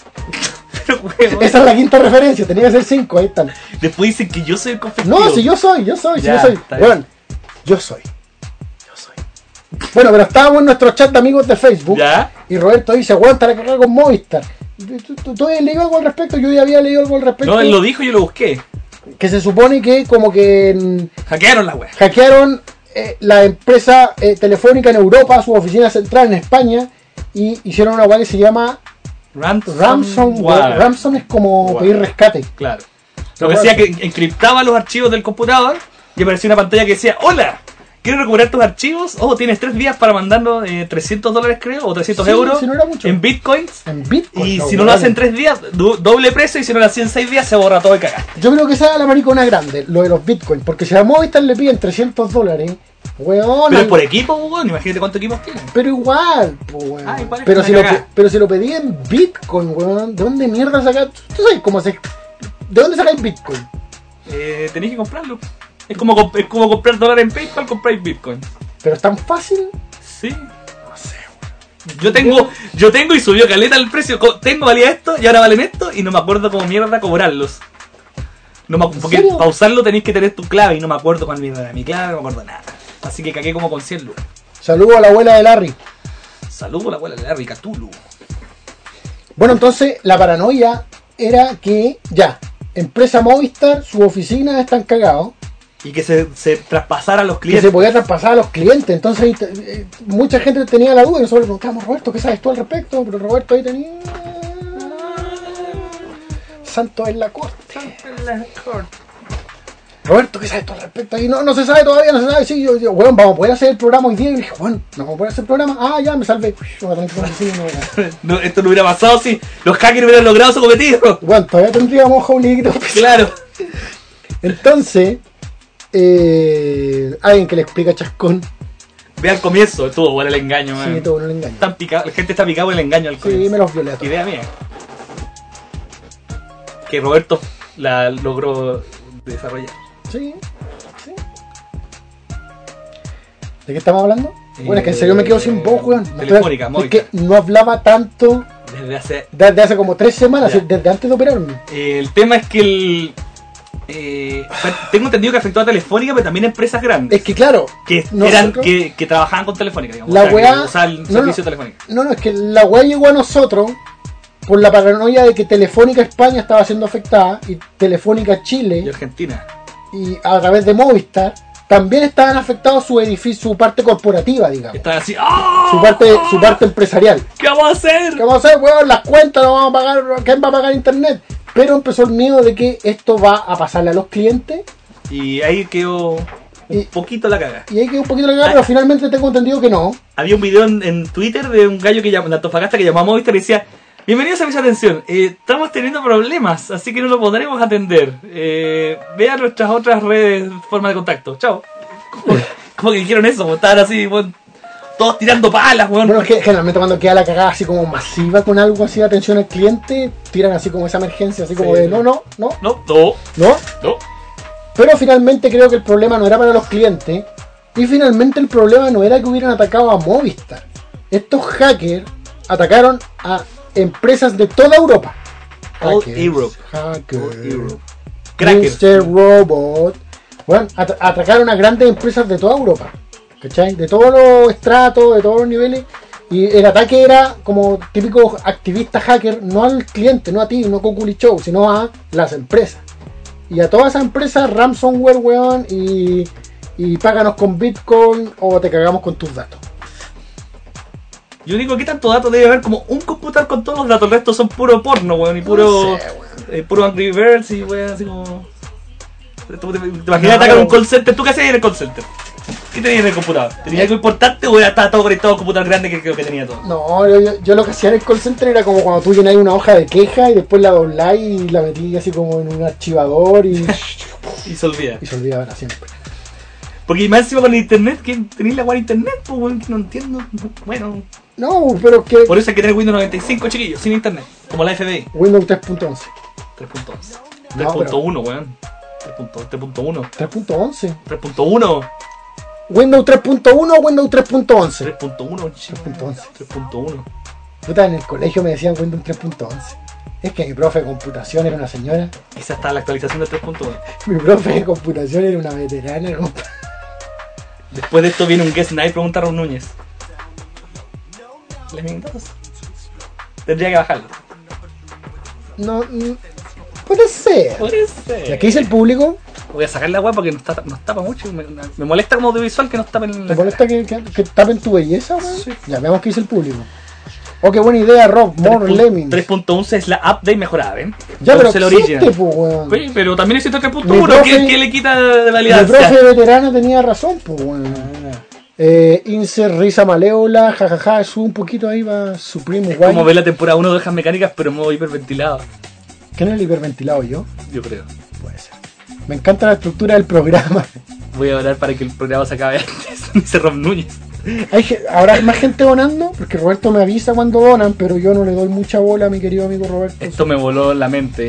Esa es la quinta referencia, tenía que ser 5, ahí están. Después dicen que yo soy el conflictivo. No, si yo soy. Bueno, yo soy. Bueno, pero estábamos en nuestro chat de amigos de Facebook. ¿Ya? Y Roberto dice, aguanta la cagada con Movistar. ¿Tú habías leído algo al respecto? Yo ya había leído algo al respecto. No, él lo dijo y yo lo busqué. Que se supone que como que hackearon la web. Hackearon la empresa telefónica en Europa, su oficina central en España, y hicieron una web que se llama Ransomware. Ransom es como pedir rescate. Claro. Lo que decía que encriptaba los archivos del computador y aparecía una pantalla que decía, hola, ¿quieres recuperar tus archivos? Tienes 3 días para mandarnos $300 creo, o 300 euros si no era mucho. en bitcoins. Y no, si no lo hacen 3 días, doble precio, y si no lo hacen 6 días, se borra todo y cagaste. Yo creo que esa es la maricona grande, lo de los bitcoins, porque si a Movistar le piden $300, weón. Pero es por equipo, weón, imagínate cuántos equipos tienen. Pero igual, weón. Igual pero si lo pedí en bitcoin, weón, ¿de dónde mierda sacas? ¿Tú sabes cómo ¿de dónde sacáis bitcoin? Tenéis que comprarlo. Es como comprar dólares en PayPal, compráis Bitcoin. ¿Pero es tan fácil? Sí. No sé, weón. Yo tengo y subió caleta el precio. Valía esto y ahora valen esto y no me acuerdo cómo mierda cobrarlos. Porque para usarlo tenéis que tener tu clave y no me acuerdo cuál mierda era mi clave, no me acuerdo nada. Así que cagué como con 100 lucas. Saludo a la abuela de Larry. Saludo a la abuela de Larry, Cthulhu. Bueno, entonces la paranoia era que empresa Movistar, su oficina están cagados. Y que se traspasara a los clientes. Que se podía traspasar a los clientes. Entonces mucha gente tenía la duda. Y nosotros le preguntamos, Roberto, ¿qué sabes tú al respecto? Pero Roberto ahí tenía... Santo en la corte. Roberto, ¿qué sabes tú al respecto? Y no se sabe todavía, no se sabe. Sí, yo bueno, vamos a poder hacer el programa hoy día. Y dije, bueno, no vamos a poder hacer el programa. Ah, ya, me salvé. No, esto no hubiera pasado si los hackers hubieran logrado su cometido. Bueno, todavía tendríamos Jauliquito. Claro. Entonces... alguien que le explica a Chascón. Ve al comienzo, estuvo bueno el engaño, man. Sí, estuvo bueno el engaño. La gente está picada por el engaño al comienzo. Sí, me los violé a todos. Idea mía. Que Roberto la logró desarrollar. Sí. ¿De qué estamos hablando? Bueno, es que en serio me quedo sin voz, weón. Telefónica, es que no hablaba tanto desde hace como 3 semanas, desde antes de operarme. El tema es que tengo entendido que afectó a Telefónica, pero también a empresas grandes. Es que claro, que trabajaban con Telefónica, digamos. La weá, que usaban el servicio Telefónica. No, es que la weá llegó a nosotros por la paranoia de que Telefónica España estaba siendo afectada y Telefónica Chile y Argentina. Y a través de Movistar también estaban afectados su edificio, su parte corporativa, digamos. Estaban así, ¡oh! Su parte empresarial. ¿Qué vamos a hacer? Weón? Las cuentas no vamos a pagar, ¿quién va a pagar internet? Pero empezó el miedo de que esto va a pasarle a los clientes. Y ahí quedó un poquito la caga. Pero finalmente tengo entendido que no. Había un video en Twitter de un gallo en Antofagasta que llamó a Movistar y decía: bienvenidos a Servicio de Atención, estamos teniendo problemas, así que no lo podremos atender. Vean nuestras otras redes, formas de contacto. Chao. ¿Cómo que dijeron eso? Estaban así, bueno, todos tirando palas, weón. Bueno, es que generalmente cuando queda la cagada así como masiva con algo así de atención al cliente, tiran así como esa emergencia, así como de no. Pero finalmente creo que el problema no era para los clientes, y finalmente el problema no era que hubieran atacado a Movistar. Estos hackers atacaron a empresas de toda Europa. All Europe. Crackers. Mr. Robot. Bueno, atacaron a grandes empresas de toda Europa. ¿Cachai? De todos los estratos, de todos los niveles. Y el ataque era como típico activista hacker, no al cliente, no a ti, no con Culi Show, sino a las empresas. Y a todas esas empresas, ransomware, weón, y páganos con Bitcoin o te cagamos con tus datos. Yo digo, ¿qué tanto datos debe haber? Como un computador con todos los datos, el resto son puro porno, weón, y puro, puro Angry Birds y weón, así como... ¿Te imaginas atacar un call center? ¿Tú qué haces en el call center? ¿Qué tenías en el computador? ¿Tenía algo importante o estaba todo conectado a un computador grande que creo que tenía todo? No, yo lo que hacía en el call center era como cuando tú llenás una hoja de queja y después la doblás y la metí así como en un archivador y Y se olvida. se olvidaba para siempre. Porque más encima con el internet, que tenéis la guay internet, pues weón, que no entiendo. Bueno, No, pero que por eso hay que tener Windows 95, chiquillos, sin internet. Como la FBI. Windows 3.11. 3.11. No, 3.1, weón. 3.1. 3.11. 3.1. Windows 3.1 o Windows 3.11. 3.1, chico. 3.11. 3.1. Puta, en el colegio me decían Windows 3.11. Es que mi profe de computación era una señora. Esa está la actualización del 3.1. Mi profe de computación era una veterana, compa. Después de esto viene un guest night, pregunta a Raúl Núñez. Lemming 2. Tendría que bajarlo. No, puede ser. Puede ser. ¿Y aquí dice el público? Voy a sacar la weá porque nos tapa mucho. Me molesta como audiovisual que nos tapen ¿Te la molesta que tapen tu belleza, weón? Sí. Ya, veamos qué dice el público. Oh, qué buena idea, Rob. More Lemmings. 3.11 es la update mejorada, ¿ven? Ya, pero Entonces el existe, original. pues, weón. Sí, pero también existe el Mi 3.1. profe- ¿Qué le quita de Mi validad? profe veterana tenía razón, pues, weón. Insert risa malévola, jajaja, sube un poquito ahí, va Supreme Como White. ver la temporada 1 de Ovejas Mecánicas, pero en modo hiperventilado. ¿Qué no es el hiperventilado yo? Yo creo. Puede ser. Me encanta la estructura del programa. Voy a orar para que el programa se acabe antes. Dice Rob Núñez. Habrá más gente donando, porque Roberto me avisa cuando donan, pero yo no le doy mucha bola a mi querido amigo Roberto. Esto me voló la mente.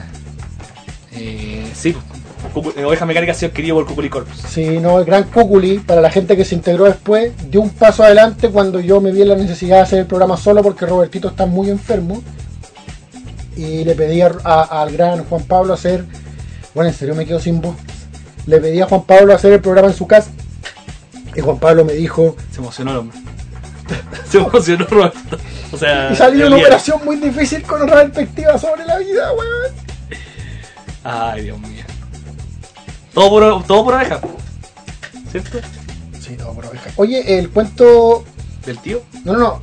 Sí, Ovejas Mecánicas ha sido adquirido por Cuculi Corps. Sí, no, el gran Cuculi, para la gente que se integró después, dio un paso adelante cuando yo me vi en la necesidad de hacer el programa solo porque Robertito está muy enfermo. Y le pedí al gran Juan Pablo hacer... Bueno, en serio me quedo sin voz. Le pedí a Juan Pablo hacer el programa en su casa. Y Juan Pablo me dijo... Se emocionó el hombre. Se emocionó Roberto. O sea, Y salió el una día. operación muy difícil con otra perspectiva sobre la vida, weón. Ay, Dios mío. Todo por oveja. ¿Cierto? Sí, no, por oveja. Oye, el cuento... Del tío. No.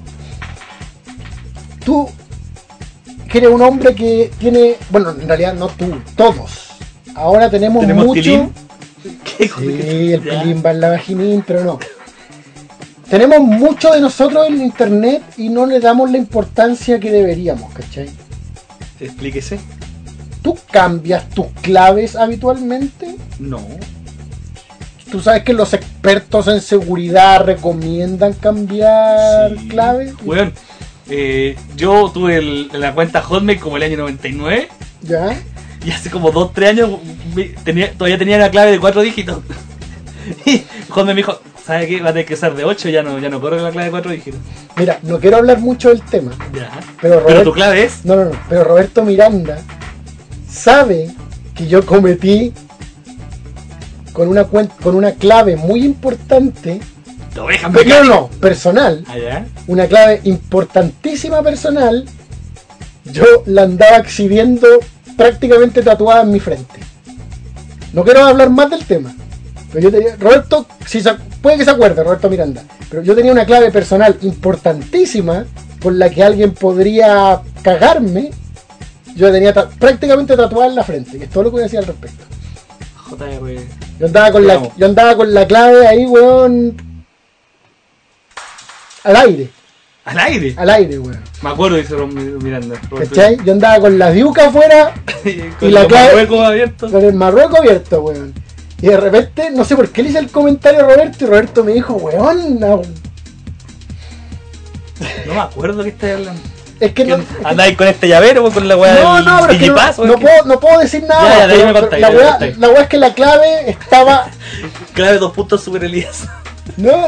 Tú, que eres un hombre que tiene... Bueno, en realidad no tú, todos. Ahora tenemos mucho... tilín. ¿Qué cosa Sí, que- el ya. pilín va en la vaginín, pero no. Tenemos mucho de nosotros en internet y no le damos la importancia que deberíamos, ¿cachai? Explíquese. ¿Tú cambias tus claves habitualmente? No. ¿Tú sabes que los expertos en seguridad recomiendan cambiar Sí. claves? Weón, yo tuve la cuenta Hotmail como el año 99 ¿Ya? y hace como 2-3 años todavía tenía la clave de 4 dígitos. Y Hotmail me dijo, ¿sabe qué? Va a tener que ser de 8, ya no corre la clave de 4 dígitos. Mira, no quiero hablar mucho del tema, Ya. pero Pero Roberto... tu clave es... No, pero Roberto Miranda sabe que yo cometí con una clave muy importante, De Ovejas pero Mecánicas. no, personal, Allá. una clave importantísima personal, yo la andaba exhibiendo prácticamente tatuada en mi frente. No quiero hablar más del tema, pero yo tenía, Roberto, puede que se acuerde, Roberto Miranda, pero yo tenía una clave personal importantísima con la que alguien podría cagarme. Yo la tenía prácticamente tatuada en la frente, que es todo lo que voy a decir al respecto. JR. Yo andaba con la clave ahí, weón, al aire, weón. Me acuerdo, dice Miranda. ¿Cachai? Yo andaba con la diuca afuera, Con Y la los clave- Marruecos abiertos. con el Marruecos abierto, weón. Y de repente, no sé por qué le hice el comentario a Roberto, y Roberto me dijo, weón, no. No me acuerdo que estáis hablando. Es que no. Andáis con este llavero, con la weá No, del no, pero es que Digipass, no puedo decir nada. Ya, de ahí pero me contáis, la de ahí me weá contáis. la weá es que la clave estaba. Clave 2 puntos super Elías. No,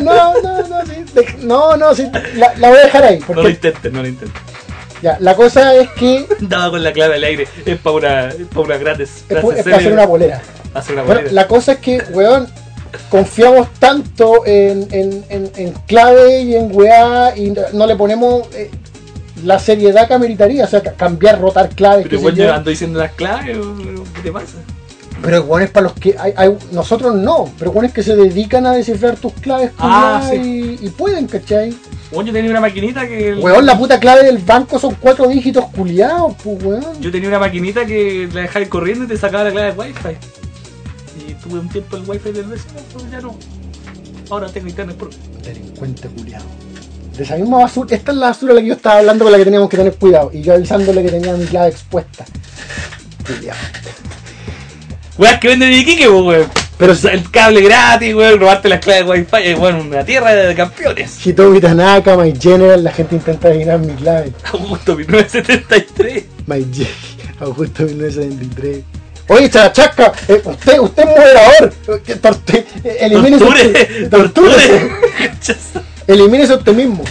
sí, la voy a dejar ahí. No lo Porque intenten. ya, la cosa es que Andaba con la clave al aire. Es para una gratis. es para hacer una polera. Hacer una Bueno, bolera. la cosa es que, weón, confiamos tanto en clave y en weá y no le ponemos la seriedad que ameritaría, o sea, cambiar, rotar claves. Pero qué sé igual yo. yo ando diciendo las claves. ¿Qué te pasa? Pero weón es para los que nosotros no, pero weón es que se dedican a descifrar tus claves culiadas y pueden, ¿cachai? Bueno, yo tenía una maquinita que. Weón, la puta clave del banco son 4 dígitos culiados, pues weón. Yo tenía una maquinita que la dejaba ir corriendo y te sacaba la clave de Wi-Fi. Y tuve un tiempo el wifi del vecino, pero ya no. Ahora tengo internet por... Delincuente culiado. De esa misma basura, esta es la basura de la que yo estaba hablando, con la que teníamos que tener cuidado. Y yo avisándole que tenía mi clave expuesta. Culiado. Weas que venden en Iquique, weón. Pero el cable gratis, weón, robarte las claves de wifi, bueno, una tierra de campeones. Hitomi Tanaka, My General, la gente intenta adivinar mi clave. Augusto 1973. Augusto 1973. Oye, Chachasca, usted es moderador. Elimínese. Torture. Elimínese usted mismo.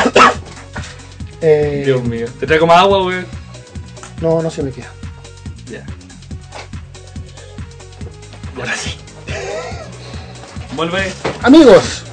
Dios mío. ¿Te traigo más agua, weón? No se me queda. Ya. Ahora sí. Vuelve. Amigos,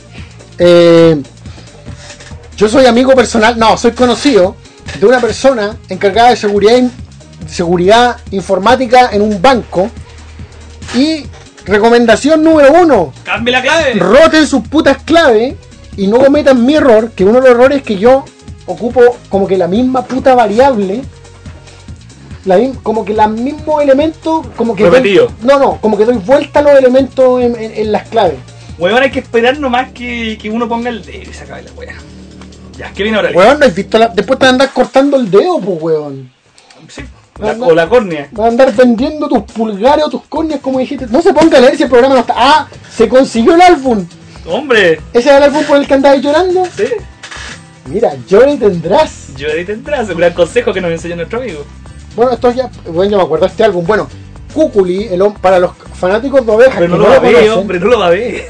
yo soy amigo personal, soy conocido de una persona encargada de seguridad informática en un banco. Y recomendación número 1: ¡cambie la clave! Roten sus putas claves y no cometan mi error, que uno de los errores es que yo ocupo como que la misma puta variable, como que el mismo elemento, como que repetido. Como que doy vuelta a los elementos en las claves. Weón, hay que esperar nomás que uno ponga el dedo y se acabe la wea. Ya, ¿qué viene ahora? Weón, ¿no has visto después te andas cortando el dedo, pues, weón? Sí, o la córnea. Vas a andar vendiendo tus pulgares o tus córneas, como dijiste. No se ponga a leer si el programa no está. ¡Ah! Se consiguió el álbum. ¡Hombre! ¿Ese es el álbum por el que andabas llorando? Sí. Mira, llora y tendrás. Llora y tendrás, un gran consejo que nos enseñó nuestro amigo. Bueno, esto ya. Bueno, yo me acuerdo de este álbum. Bueno, Cúculi, para los fanáticos de ovejas. Pero no lo va a ver, hombre, no lo va a ver.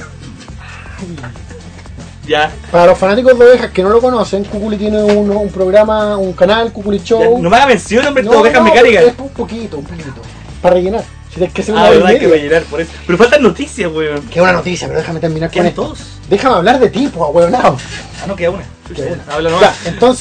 Ya. Para los fanáticos de ovejas que no lo conocen, Cúculi tiene un programa, un canal, Cúculi Show. Ya, no me haga mención, hombre, de ovejas mecánicas. Es un poquito. Para rellenar. Si es que hacer verdad, hay que rellenar por eso. Pero faltan noticias, weón. Qué buena noticia, pero déjame terminar con esto. Todos? Déjame hablar de ti, pues, weonado. No, queda una. Habla Ya,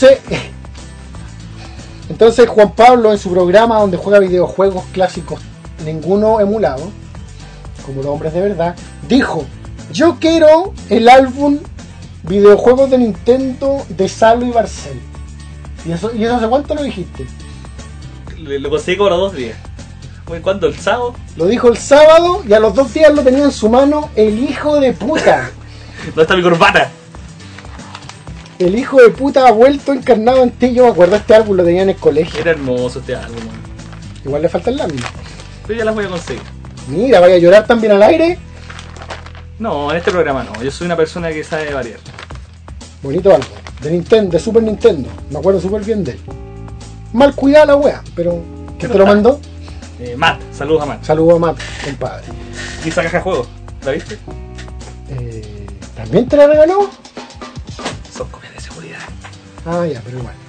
entonces Juan Pablo, en su programa donde juega videojuegos clásicos, ninguno emulado, como los hombres de verdad, dijo: yo quiero el álbum videojuegos de Nintendo de Salo y Barcel. ¿Y eso hace cuánto lo dijiste? Lo conseguí como a los 2 días. ¿Cuándo? ¿El sábado? Lo dijo el sábado y a los 2 días lo tenía en su mano el hijo de puta. ¿Dónde está mi corbata? El hijo de puta ha vuelto encarnado en ti. Yo me acuerdo de este álbum, lo tenía en el colegio. Era hermoso este álbum, man. Igual le falta el lámina. Pero ya las voy a conseguir. Mira, ¿vaya a llorar también al aire? No, en este programa no. Yo soy una persona que sabe variar. Bonito álbum. De Nintendo, de Super Nintendo. Me acuerdo súper bien de él. Mal cuidada la wea, pero... ¿Quién te lo mandó? Matt. Saludos a Matt. Saludos a Matt, compadre. ¿Y esa caja de juegos? ¿La viste? ¿También te la regaló? Son copias de seguridad. Ah, ya, pero igual.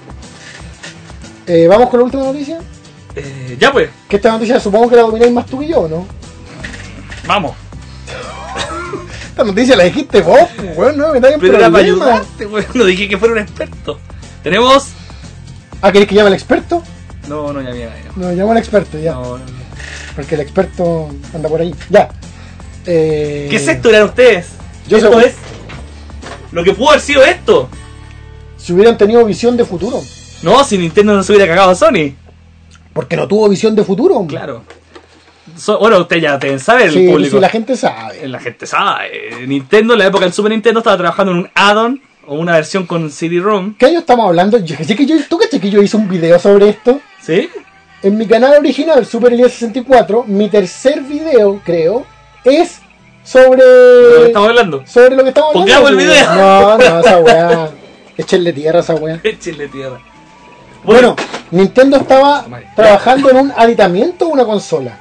¿Vamos con la última noticia? Ya pues. Que esta noticia supongo que la domináis más tú que yo, ¿no? Vamos. Esta noticia la dijiste vos, pues, weón, no me metáis en pero era para problemas. ayudarte, weón. No dije que fuera un experto. Tenemos... ¿querés que llame al experto? No, ya mira. No, llamo al experto, ya. No. Porque el experto anda por ahí. Ya. ¿Qué sector eran ustedes? Esto es lo que pudo haber sido esto. Si hubieran tenido visión de futuro. No, si Nintendo no se hubiera cagado a Sony. Porque no tuvo visión de futuro. Claro. Bueno, ustedes ya deben saber, el sí, público. Sí, la gente sabe. La gente sabe. Nintendo, en la época del Super Nintendo, estaba trabajando en un add-on o una versión con CD-ROM. ¿Qué año estamos hablando? ¿Tú caché que yo hice un video sobre esto? ¿Sí? En mi canal original, Super Elías 64, mi tercer video, creo, es sobre... ¿De lo que estamos hablando? Sobre lo que estamos hablando. Pongamos el video. No, esa weá. Échenle tierra a esa weá. Échenle tierra. Bueno, Nintendo estaba trabajando en un aditamiento de una consola.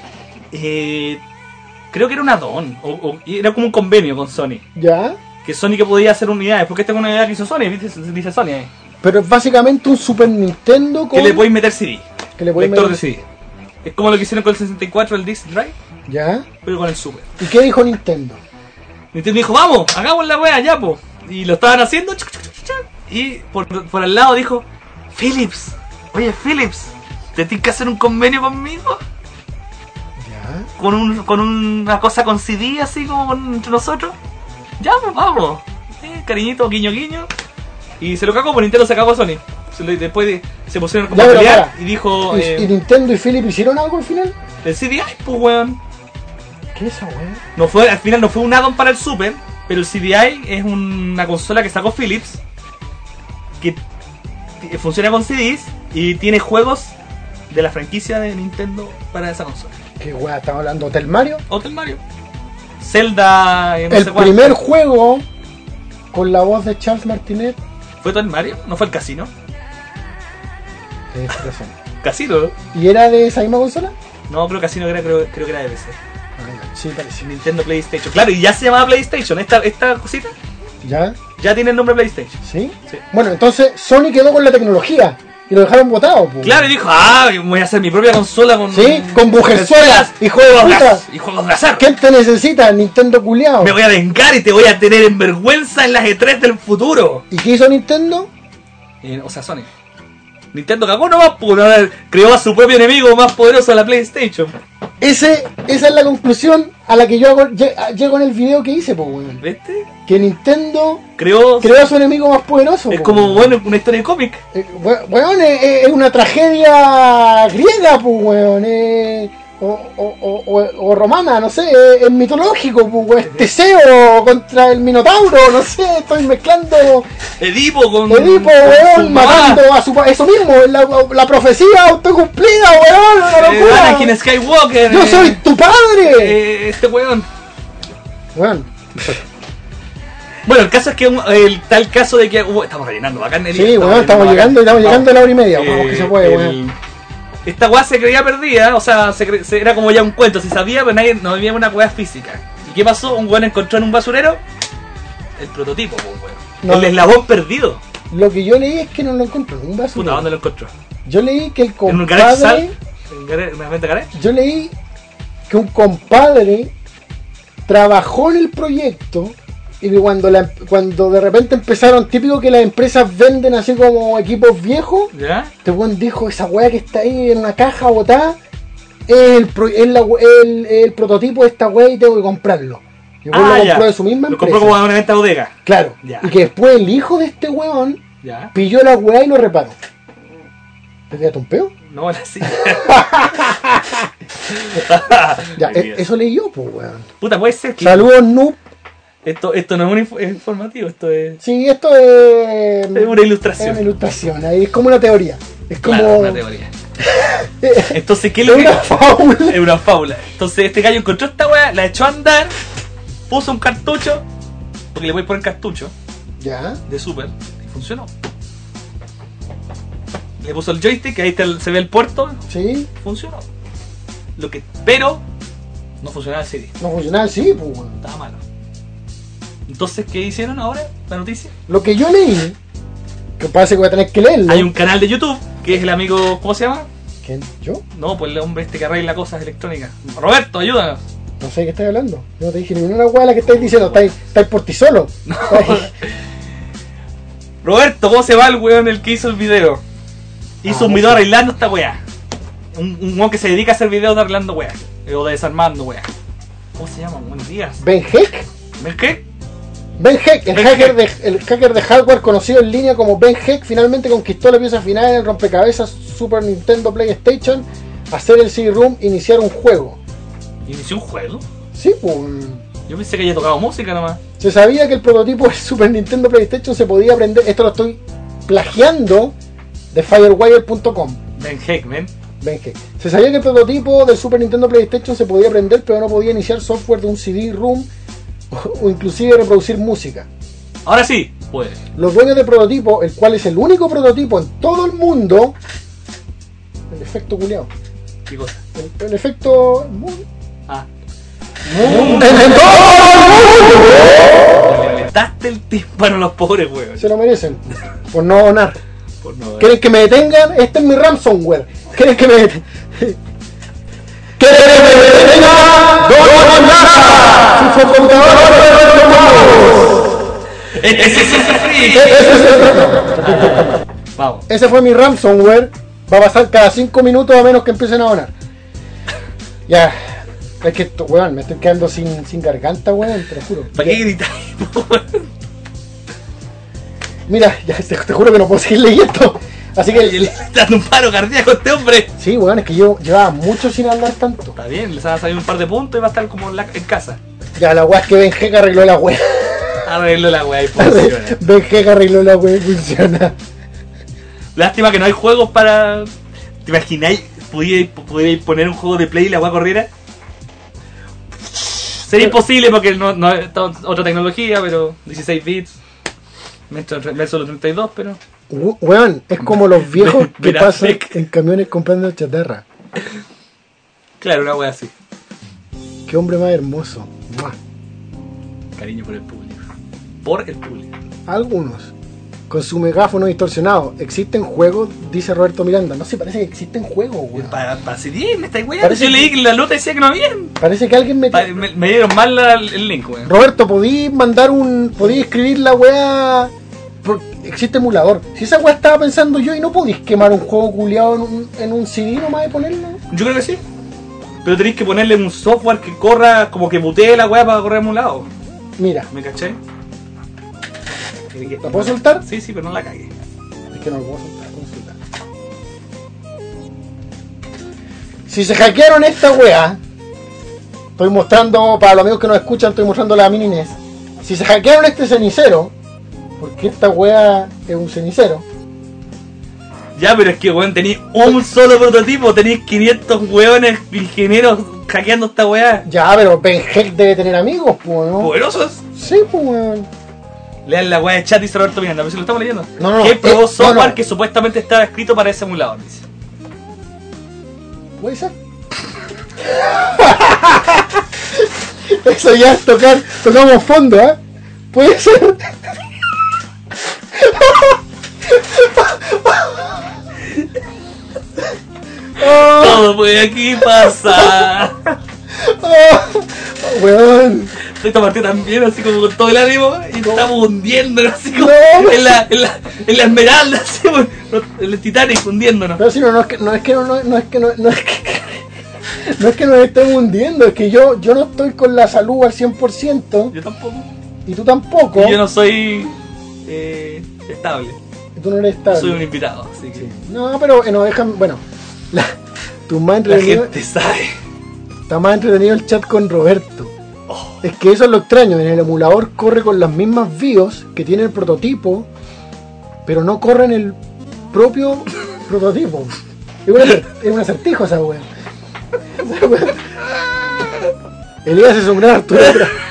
Creo que era un add-on. Era como un convenio con Sony. ¿Ya? Que Sony que podía hacer unidades. Porque esta es una unidad que hizo Sony. Dice Sony ahí. Pero es básicamente un Super Nintendo con... Que le podéis meter CD. Que le podéis lector meter... de CD. Es como lo que hicieron con el 64, el Disc Drive. ¿Ya? Pero con el Super. ¿Y qué dijo Nintendo? Nintendo dijo, vamos, hagamos la wea ya, po. Y lo estaban haciendo. Y por al lado dijo, Philips, oye Philips, ¿te tienes que hacer un convenio conmigo? ¿Ya? Con una cosa con CD así como entre nosotros. Ya, pues vamos. Cariñito, guiño, guiño. Y se lo cagó, por Nintendo se cagó a Sony. Después se pusieron como a pelear y dijo... ¿Y Nintendo y Philips hicieron algo al final? El CDI, pues weón. ¿Qué es esa weá? No fue, al final no fue un add-on para el Super, pero el CDI es una consola que sacó Philips que funciona con CDs y tiene juegos de la franquicia de Nintendo para esa consola. ¿Qué weá? ¿Estamos hablando de Hotel Mario? Hotel Mario, Zelda, no el sé cuál. primer juego con la voz de Charles Martinet. ¿Fue Hotel Mario? ¿No fue el Casino? Tienes razón. ¿Casino? ¿Y era de esa misma consola? No, pero Casino creo que era de PC. Sí, parece. Nintendo PlayStation. Claro, y ya se llamaba PlayStation. Esta cosita ¿Ya? ya tiene el nombre PlayStation. ¿Sí? Sí. Bueno, entonces Sony quedó con la tecnología y lo dejaron botado, pues. Claro, y dijo, voy a hacer mi propia consola con... Sí, con bujerzuelas y juegos de puta. y juegos de azar. ¿Quién te necesita? Nintendo culiao. Me voy a vengar y te voy a tener en vergüenza en las E3 del futuro. ¿Y qué hizo Nintendo? O sea, Sony. Nintendo cagó nomás, pues, creó a su propio enemigo más poderoso, a la PlayStation. Esa es la conclusión a la que yo llego en el video que hice, pues, weón. ¿Viste? Que Nintendo Creó a su enemigo más poderoso. es po, como, weón. bueno, una historia de cómic. Weón, es una tragedia griega, pues, weón. O romana, no sé, es mitológico, pues, weón. Teseo contra el Minotauro, no sé, estoy mezclando. Edipo con Edipo, con su weón, mamá. matando a su eso mismo, la profecía autocumplida, weón, una locura. Anakin Skywalker. Yo soy tu padre. Este weón. Weón. Bueno, el caso es que el tal caso de que estamos rellenando bacán el Sí, weón, estamos llegando a la hora y media, vamos que se puede, weón. Esta weá se creía perdida, o sea, era como ya un cuento, se sabía, pero nadie no había una weá física. ¿Y qué pasó? Un weón encontró en un basurero el prototipo, pues, weón. No. El eslabón perdido. Lo que yo leí es que no lo encontró en un Puta, basurero. ¿dónde lo encontró? Yo leí que el ¿En un garage compadre. sal? ¿En una venta garage? Yo leí que un compadre trabajó en el proyecto y que cuando de repente empezaron, típico que las empresas venden así como equipos viejos, ¿Ya? este weón dijo, esa weá que está ahí en una caja botada es el prototipo de esta weá y tengo que comprarlo. Y el weón lo compró de su misma Lo empresa. compró como en una venta bodega. Claro. Ya. Y que después el hijo de este weón ¿Ya? pilló la weá y lo reparó. ¿Te quedaste un peo? No, era así. Ya, eso leí yo, pues weón. Puta, puede ser que... Saludos, noob. Esto no es un informativo, esto es... Sí, esto es una ilustración. Es una ilustración, ahí es como una teoría. Es como Claro, una teoría. Entonces, ¿qué es es lo que...? una fábula. Es una fábula. Entonces, este gallo encontró esta weá, la echó a andar, puso un cartucho, porque le voy a poner cartucho Ya. de Super, y funcionó. Le puso el joystick, ahí se ve el puerto, Sí. funcionó. Pero no funcionaba el CD, No funcionaba así, pues weón. estaba malo. Entonces, ¿qué hicieron ahora? La noticia. Lo que yo leí, que parece que voy a tener que leerlo. Hay un canal de YouTube, que es el amigo, ¿cómo se llama? ¿Quién? ¿Yo? No, pues el hombre este que arregla cosas electrónicas. Roberto, ayúdanos. No sé de qué estás hablando. Yo no te dije ninguna weá la que estáis diciendo. Estáis por ti solo. Roberto, ¿cómo se va el weón el que hizo el video? Hizo un video arreglando esta weá. Un weón que se dedica a hacer videos de arreglando weá. O de desarmando weá. ¿Cómo se llama? Buenos días. Ben Heck. ¿Ves qué? Ben Heck, el Ben hacker de hardware conocido en línea como Ben Heck, finalmente conquistó la pieza final en el rompecabezas Super Nintendo PlayStation, hacer el CD-ROOM, iniciar un juego. ¿Inició un juego? Sí, pues. Yo pensé que había tocado música nomás. Se sabía que el prototipo del Super Nintendo PlayStation se podía aprender. Esto lo estoy plagiando de Firewire.com. Ben Heckman. Ben Heck. Se sabía que el prototipo del Super Nintendo PlayStation se podía aprender, pero no podía iniciar software de un CD-ROOM o inclusive reproducir música. Ahora sí, puede. Los dueños del prototipo, el cual es el único prototipo en todo el mundo, el efecto culiao, ¿Qué cosa? el efecto Ah. ¡En Le inventaste el tímpano a los pobres weón. se lo merecen por no donar. Por no dar. ¿Quieren que me detengan? Este es mi ransomware. ¿Quieren que me detengan? ¿Quieren que me detengan? ¡Donen nada! ¡Sus computadores! Vamos. Ese fue mi ransomware. Va a pasar cada 5 minutos a menos que empiecen a donar. Ya. Es que esto, weón, me estoy quedando sin garganta, weón, te lo juro. ¿Para qué gritáis? Mira, ya te juro que no puedo seguir leyendo. Así que le está dando un paro cardíaco a este hombre. sí, weón, es que yo llevaba mucho sin hablar tanto. Está bien, les va a salir un par de puntos y va a estar como en casa. Ya, la weá es que Benjeca arregló la weá. Arregló la weá y funciona. Benjeca arregló la weá y funciona. Lástima que no hay juegos para... ¿Te imagináis? ¿Pudierais poner un juego de Play y la weá corriera? Sería imposible porque no es otra tecnología, pero 16 bits. Me solo 32, pero... Weón, es como los viejos que Mira, pasan fake. en camiones comprando chatarra. Claro, una weá así. Qué hombre más hermoso. ¡Mua! Cariño por el público. Por el público. Algunos. Con su megáfono distorsionado. ¿Existen juegos? Dice Roberto Miranda. No sé, parece que existen juegos, weón. Para CD, me estáis weando. Parece Yo leí que en la nota decía que no habían. Parece que alguien me... Me dieron mal el link, weón. Roberto, ¿podí mandar podí escribir la weá? Existe emulador. Si esa weá estaba pensando yo y no podís quemar un juego culiado en un CD nomás de ponerlo. Yo creo que sí. Pero tenéis que ponerle un software que corra, como que mutee la weá para correr emulado. Mira, ¿Me caché? ¿la puedo soltar? Sí, pero no la cagué. Es que no lo puedo soltar. Si se hackearon esta weá, estoy mostrando, para los amigos que nos escuchan, estoy mostrando la mini NES. Si se hackearon este cenicero, porque esta weá es un cenicero. Ya, pero es que weón, tenéis un solo prototipo, tenéis 500 weones ingenieros hackeando esta weá. Ya, pero Ben Heck debe tener amigos, pues, ¿no? ¿Poderosos? Sí, pues, weón. Lean la weá de chat, dice Roberto Miranda, a ver si lo estamos leyendo. No, que probó software no. que supuestamente estaba escrito para ese emulador, dice. ¿Puede ser? Eso ya es tocamos fondo, ¿eh? Puede ser. Oh, Todo puede aquí pasar. weón. Esta partida también, así como con todo el ánimo, y estamos hundiéndonos, así como No. en la esmeralda, así, weón, en el Titanic hundiéndonos. Pero si no es que nos estemos hundiendo, es que yo no estoy con la salud al 100%. Yo tampoco. Y tú tampoco. Y yo no soy estable. Y tú no eres estable. Soy un invitado, así que No, pero nos dejan. Bueno, tu más la entretenido. gente sabe. Está más entretenido el chat con Roberto. Oh. Es que eso es lo extraño. En el emulador corre con las mismas BIOS que tiene el prototipo, pero no corre en el propio prototipo. Es un acertijo esa wea. Elías es un gran Arturo.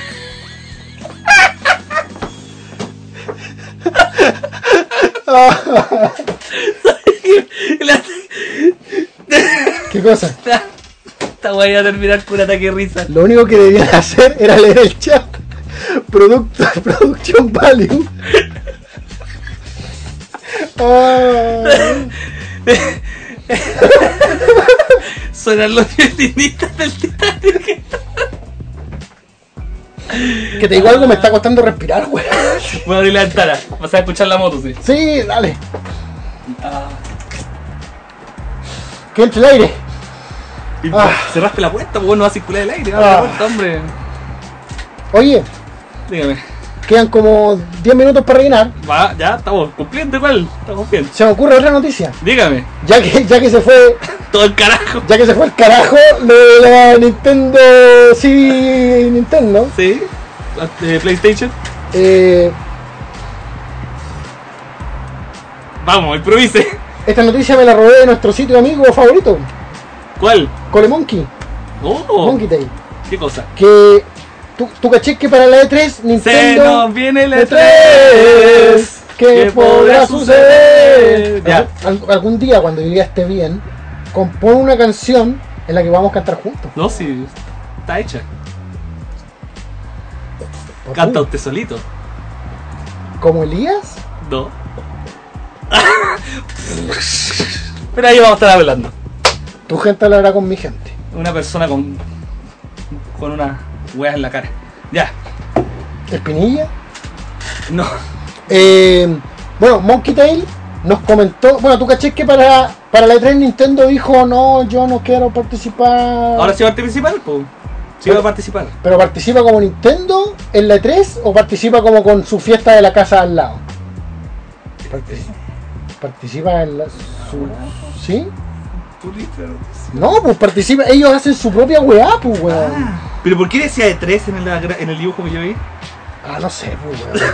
¿Qué cosa? Esta weá iba a terminar con un ataque de risa. Lo único que debían hacer era leer el chat. Production value. Suenan los violinistas del Titanic. Que te digo algo, me está costando respirar, weón. Voy a abrir la ventana. Vas a escuchar la moto, sí. Sí, dale. Ah. Que entre el aire. Y Ah. cerraste la puerta, pues no va a circular el aire. Abre Ah. la puerta, hombre. Oye, Dígame. quedan como 10 minutos para rellenar. Va, ya, estamos cumpliendo igual. Estamos cumpliendo. Se me ocurre otra noticia. Dígame. Ya que se fue Todo el carajo. el carajo lo de la Nintendo, sí, Nintendo. Sí. PlayStation. Vamos, improvise. Esta noticia me la robé de nuestro sitio amigo favorito, ¿Cuál? Colemonkey, Oh, Monkey Tail. ¿qué cosa? Que tú caché que para la E3 Se Nintendo nos viene el E3, E3. ¿qué podrá suceder? Ya. Algún día cuando yo ya esté bien, compone una canción en la que vamos a cantar juntos. No, sí, está hecha. ¿Por Canta qué? usted solito. ¿Como Elías? No. Pero ahí vamos a estar hablando. Tu gente hablará con mi gente. Una persona con una weas en la cara. Ya. Espinilla. No. Bueno, Monkey Tail nos comentó. Bueno, tú caché que para la E3 Nintendo dijo: no, yo no quiero participar. Ahora sí va a participar, pues. Sí va a participar. ¿Pero participa como Nintendo en la E3 o participa como con su fiesta de la casa al lado? participa en ¿sí? ¿Tú leíste la noticia? No, pues participa, ellos hacen su propia weá, pues weón. ¿Pero por qué decía E3 en el dibujo que yo vi? Ah, no sé, pues weón.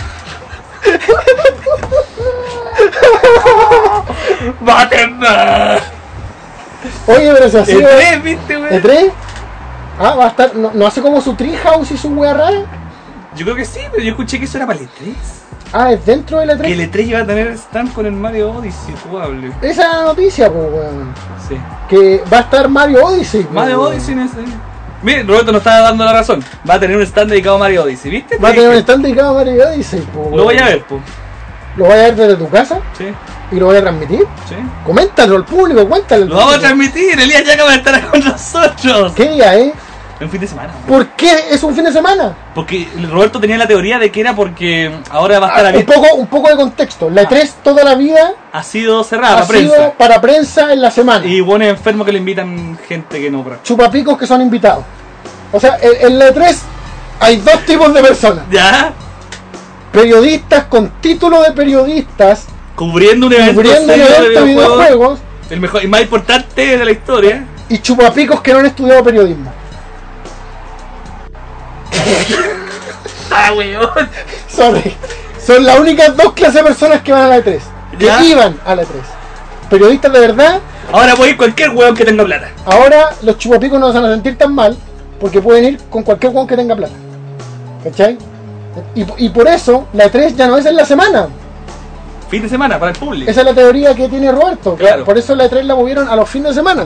¡Mátenme! Oye, pero si así E3, ¿viste, weón? ¿E3? Ah, va a estar, no hace como su Treehouse y su weá rara. Yo creo que sí, pero yo escuché que eso era para el E3. Ah, es dentro de la Que el E3. E3 iba a tener stand con el Mario Odyssey jugable. Esa es la noticia, pues weón. Sí. Que va a estar Mario Odyssey. pues, Mario weón. Odyssey en ese. Miren, Roberto nos estaba dando la razón. Va a tener un stand dedicado a Mario Odyssey, ¿viste? Va a tener un stand dedicado a Mario Odyssey, pues weón. Lo voy a ver, pues. Lo voy a ver desde tu casa Sí, y lo voy a transmitir. sí. Coméntalo al público, cuéntalo al Lo vamos a público. transmitir, Elías Yaca va a estar con nosotros. ¿Qué día es? En fin de semana. ¿Por qué es un fin de semana? Porque Roberto tenía la teoría de que era porque ahora va a estar abierto. Un poco de contexto. La E3 toda la vida Ha sido cerrada ha la prensa. sido para prensa en la semana. Y bueno, enfermo que le invitan gente que no. Chupapicos que son invitados. O sea, en la E3 hay dos tipos de personas. ¿Ya? Periodistas con título de periodistas Cubriendo un evento, cubriendo un serio evento de videojuegos el mejor y más importante de la historia. y chupapicos que no han estudiado periodismo. Ah, weón. Sorry. Son las únicas dos clases de personas que van a la E3. Que ¿Ya? iban a la E3. Periodistas de verdad. Ahora puede ir cualquier weón que tenga plata. Ahora los chupapicos no se van a sentir tan mal porque pueden ir con cualquier juego que tenga plata. ¿Cachai? Y por eso la E3 ya no es en la semana. Fin de semana para el público. Esa es la teoría que tiene Roberto. Claro. Por eso la E3 la movieron a los fines de semana.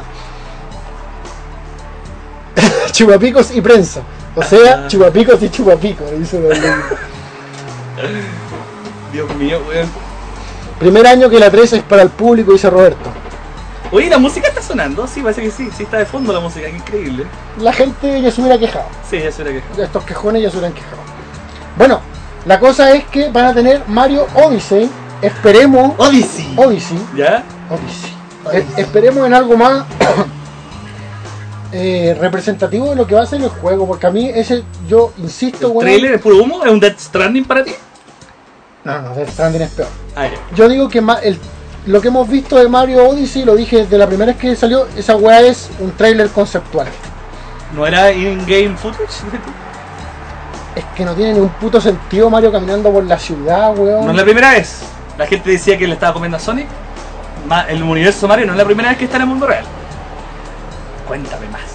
Chupapicos y prensa. O sea, chupapicos y chupapicos. Dice la ley. Dios mío, weón. Primer año que la E3 es para el público, dice Roberto. Oye, ¿la música está sonando? Sí, parece que sí. Sí está de fondo la música, qué increíble. La gente ya se hubiera quejado. Sí, ya se verá que. Estos quejones ya se hubieran quejado. Bueno, la cosa es que van a tener Mario Odyssey. Esperemos. Odyssey. ¿Ya? Odyssey. Esperemos en algo más representativo de lo que va a ser el juego. Porque a mí ese, yo insisto, ¿El weón. trailer es puro humo? ¿Es un Death Stranding para ti? No, Death Stranding es peor. Ah, ya. Yo digo que lo que hemos visto de Mario Odyssey, lo dije desde la primera vez que salió, esa weá es un trailer conceptual. ¿No era in-game footage? Es que no tiene ni un puto sentido Mario caminando por la ciudad, weón. No es la primera vez. La gente decía que le estaba comiendo a Sonic. El universo Mario no es la primera vez que está en el mundo real. Cuéntame más.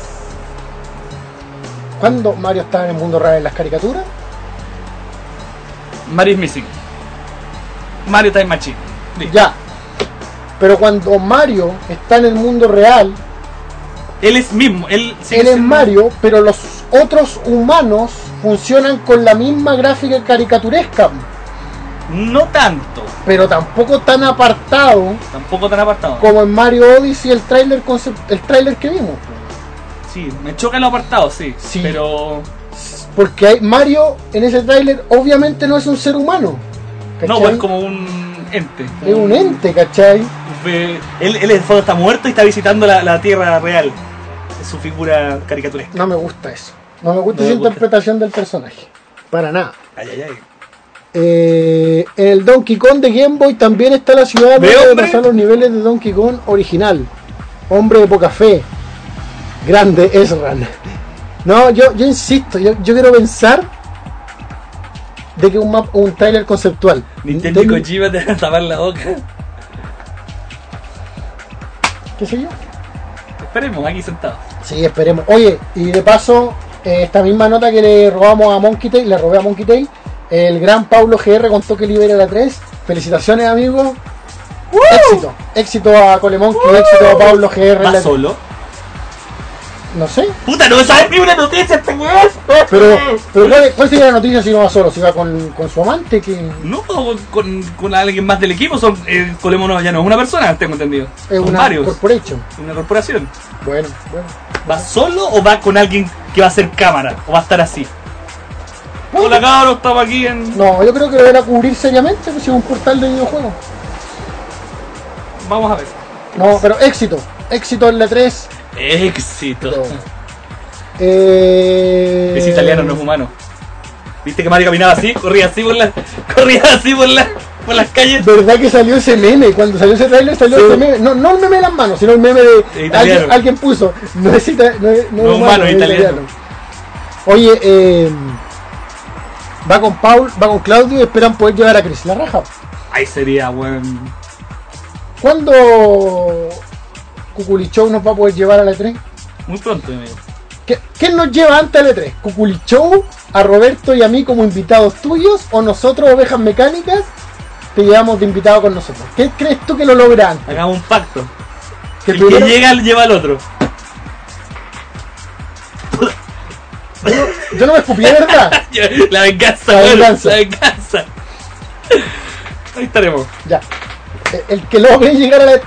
¿Cuándo Mario estaba en el mundo real en las caricaturas? Mario is missing. Mario Time Machine. Listo. Ya. Pero cuando Mario está en el mundo real, Él es mismo. Él sigue él es siendo- Mario, pero los otros humanos funcionan con la misma gráfica caricaturesca, No tanto. pero tampoco tan apartado Tampoco tan apartado. como en Mario Odyssey el tráiler que vimos. Sí, me chocan los apartados, sí. Sí. Pero. Porque Mario en ese tráiler obviamente no es un ser humano. No, ¿cachai? es como un ente. Es un ente, ¿cachai? Él en el fondo está muerto y está visitando la tierra real. Es su figura caricaturesca. No me gusta eso. No me gusta No esa me gusta. interpretación del personaje. Para nada. Ay, ay, ay. En el Donkey Kong de Game Boy también está la ciudad ¿Ve, luego de hombre? pasar los niveles de Donkey Kong original. Hombre de poca fe. Grande Ezran. No, yo insisto, yo quiero pensar de que un trailer conceptual. Nintendo y De- Kojima te van a tapar la boca. ¿Qué sé yo? Esperemos, aquí sentados. Sí, esperemos. Oye, y de paso, esta misma nota que le robamos a Monkey Tail, le robé a Monkey Tail, el gran Paulo GR contó que libera la 3. Felicitaciones, amigos. Éxito. Éxito a Colemonkey, éxito a Paulo GR. en ¿Va la- solo? No sé. ¡Puta, no sabes ni una noticia este weón! Pero ¿cuál sería la noticia si no va solo? Si va con su amante, que No, con alguien más del equipo. Colemono ya no es una persona, tengo entendido. es Son una varios. corporation. Una corporación. Bueno. ¿Va solo o va con alguien que va a hacer cámara? ¿O va a estar así? Hola cabros, estamos aquí en... No, yo creo que lo van a cubrir seriamente, pues si es un portal de videojuegos. Vamos a ver. No, pero éxito. Éxito en la 3. Éxito. Es Es italiano, no es humano. ¿Viste que Mario caminaba así? Corría así por por las calles. ¿Verdad que salió ese meme? Cuando salió ese trailer salió ese meme. No el meme de las manos, sino el meme de alguien puso. No es humano, es italiano. Oye, va con Paul, va con Claudio y esperan poder llevar a Chris la raja. Ahí sería, weón. ¿Cuándo Cuculichou nos va a poder llevar a la E3? Muy pronto, amigo. ¿Quién nos lleva antes a la E3? ¿Cuculichou, a Roberto y a mí como invitados tuyos? ¿O nosotros, Ovejas Mecánicas, te llevamos de invitado con nosotros? ¿Qué crees tú que lo logra antes? Hagamos un pacto. Que el que llega lleva al otro. Yo no me escupí, de verdad. La venganza, la venganza. La venganza. Ahí estaremos. Ya. El que logre llegar a la...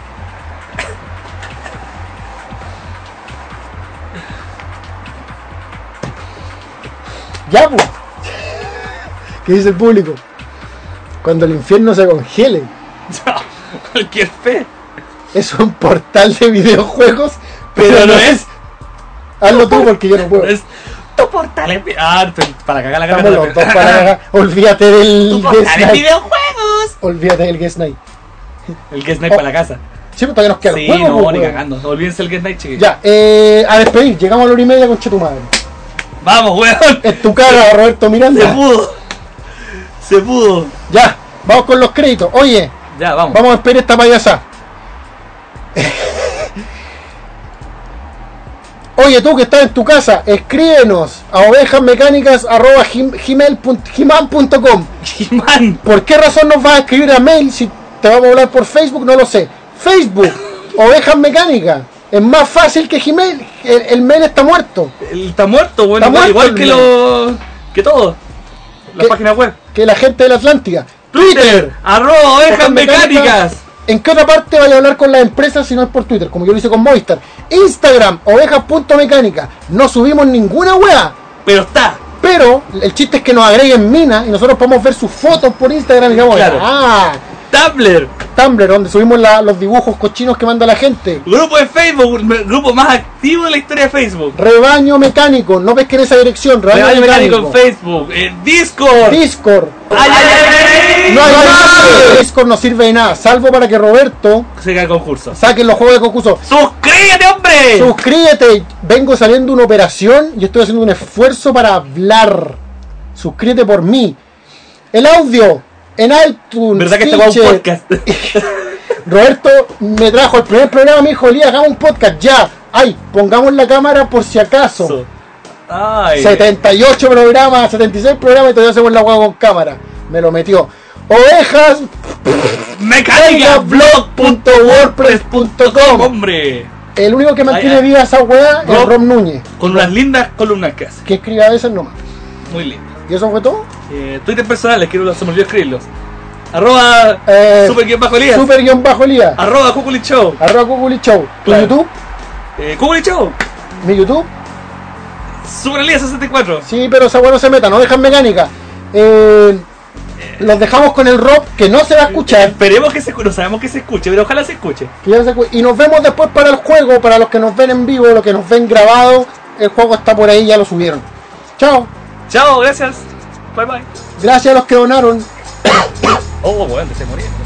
Ya, pues. ¿Qué dice el público? Cuando el infierno se congele. Cualquier fe. Es un portal de videojuegos, pero no es. Hazlo tú porque yo no puedo. No es tu portal es... para cagar la cámara. Los dos para cagar. Olvídate del Guest Night. Videojuegos. Olvídate del Guest Night. El Guest Night para la casa. Sí, pero todavía nos queda el juego. No, ni cagando. No olvídense el Guest Night, chiquillos. Ya, a despedir. Llegamos a la hora y media con tu madre. Vamos, weón. En tu cara, Roberto Miranda. Se pudo. Ya, vamos con los créditos. Oye, ya, vamos. Vamos a esperar esta payasa. Oye, tú que estás en tu casa, escríbenos a ovejasmecánicas@gmail.com. ¿Por qué razón nos vas a escribir a mail si te vamos a hablar por Facebook? No lo sé. Facebook, Ovejas Mecánicas. Es más fácil que Gmail. El mail está muerto. Está muerto, bueno, está igual muerto que todo. La página web. Que la gente de la Atlántica. Twitter, @ovejasmecánicas. ¿En qué otra parte vaya a hablar con las empresas si no es por Twitter? Como yo lo hice con Movistar. Instagram, ovejas.mecánica. No subimos ninguna wea. Pero está. Pero el chiste es que nos agreguen mina y nosotros podemos ver sus fotos por Instagram y digamos, claro. Tumblr, donde subimos los dibujos cochinos que manda la gente. Grupo de Facebook, el grupo más activo de la historia de Facebook. Rebaño Mecánico, no pesquen esa dirección. Rebaño Mecánico en Facebook. Discord. No hay Discord, no sirve de nada, salvo para que Roberto siga el concurso. Saquen los juegos de concurso. ¡Suscríbete, hombre! Suscríbete. Vengo saliendo de una operación y estoy haciendo un esfuerzo para hablar. Suscríbete por mí. El audio en iTunes. ¿Verdad que este va un podcast? Roberto me trajo el primer programa, me dijo, Elías, hagamos un podcast ya. Ay, pongamos la cámara por si acaso. Ay. 78 programas, 76 programas y todavía hacemos la hueá con cámara. Me lo metió. Ovejas mecánicablog.wordpress.com. Hombre. El único que mantiene viva esa hueá es Rob Núñez. Con unas lindas columnas que hace. Que escribe a veces nomás. Muy lindo. ¿Y eso fue todo? Twitter personales, que se me olvidó escribirlos. @super_Elías. Super_Elías. @Cuculichou. @Cuculichou. ¿Tu Claro. YouTube? Cuculichou. ¿Mi YouTube? SuperElías64. Sí, pero esa hueá no se meta, no dejan mecánica. Los dejamos con el rock que no se va a escuchar. Esperemos que no sabemos que se escuche, pero ojalá se escuche. Y nos vemos después para el juego, para los que nos ven en vivo, los que nos ven grabado. El juego está por ahí, ya lo subieron. Chao. Chao, gracias. Bye bye. Gracias a los que donaron. Oh, bueno, se murió.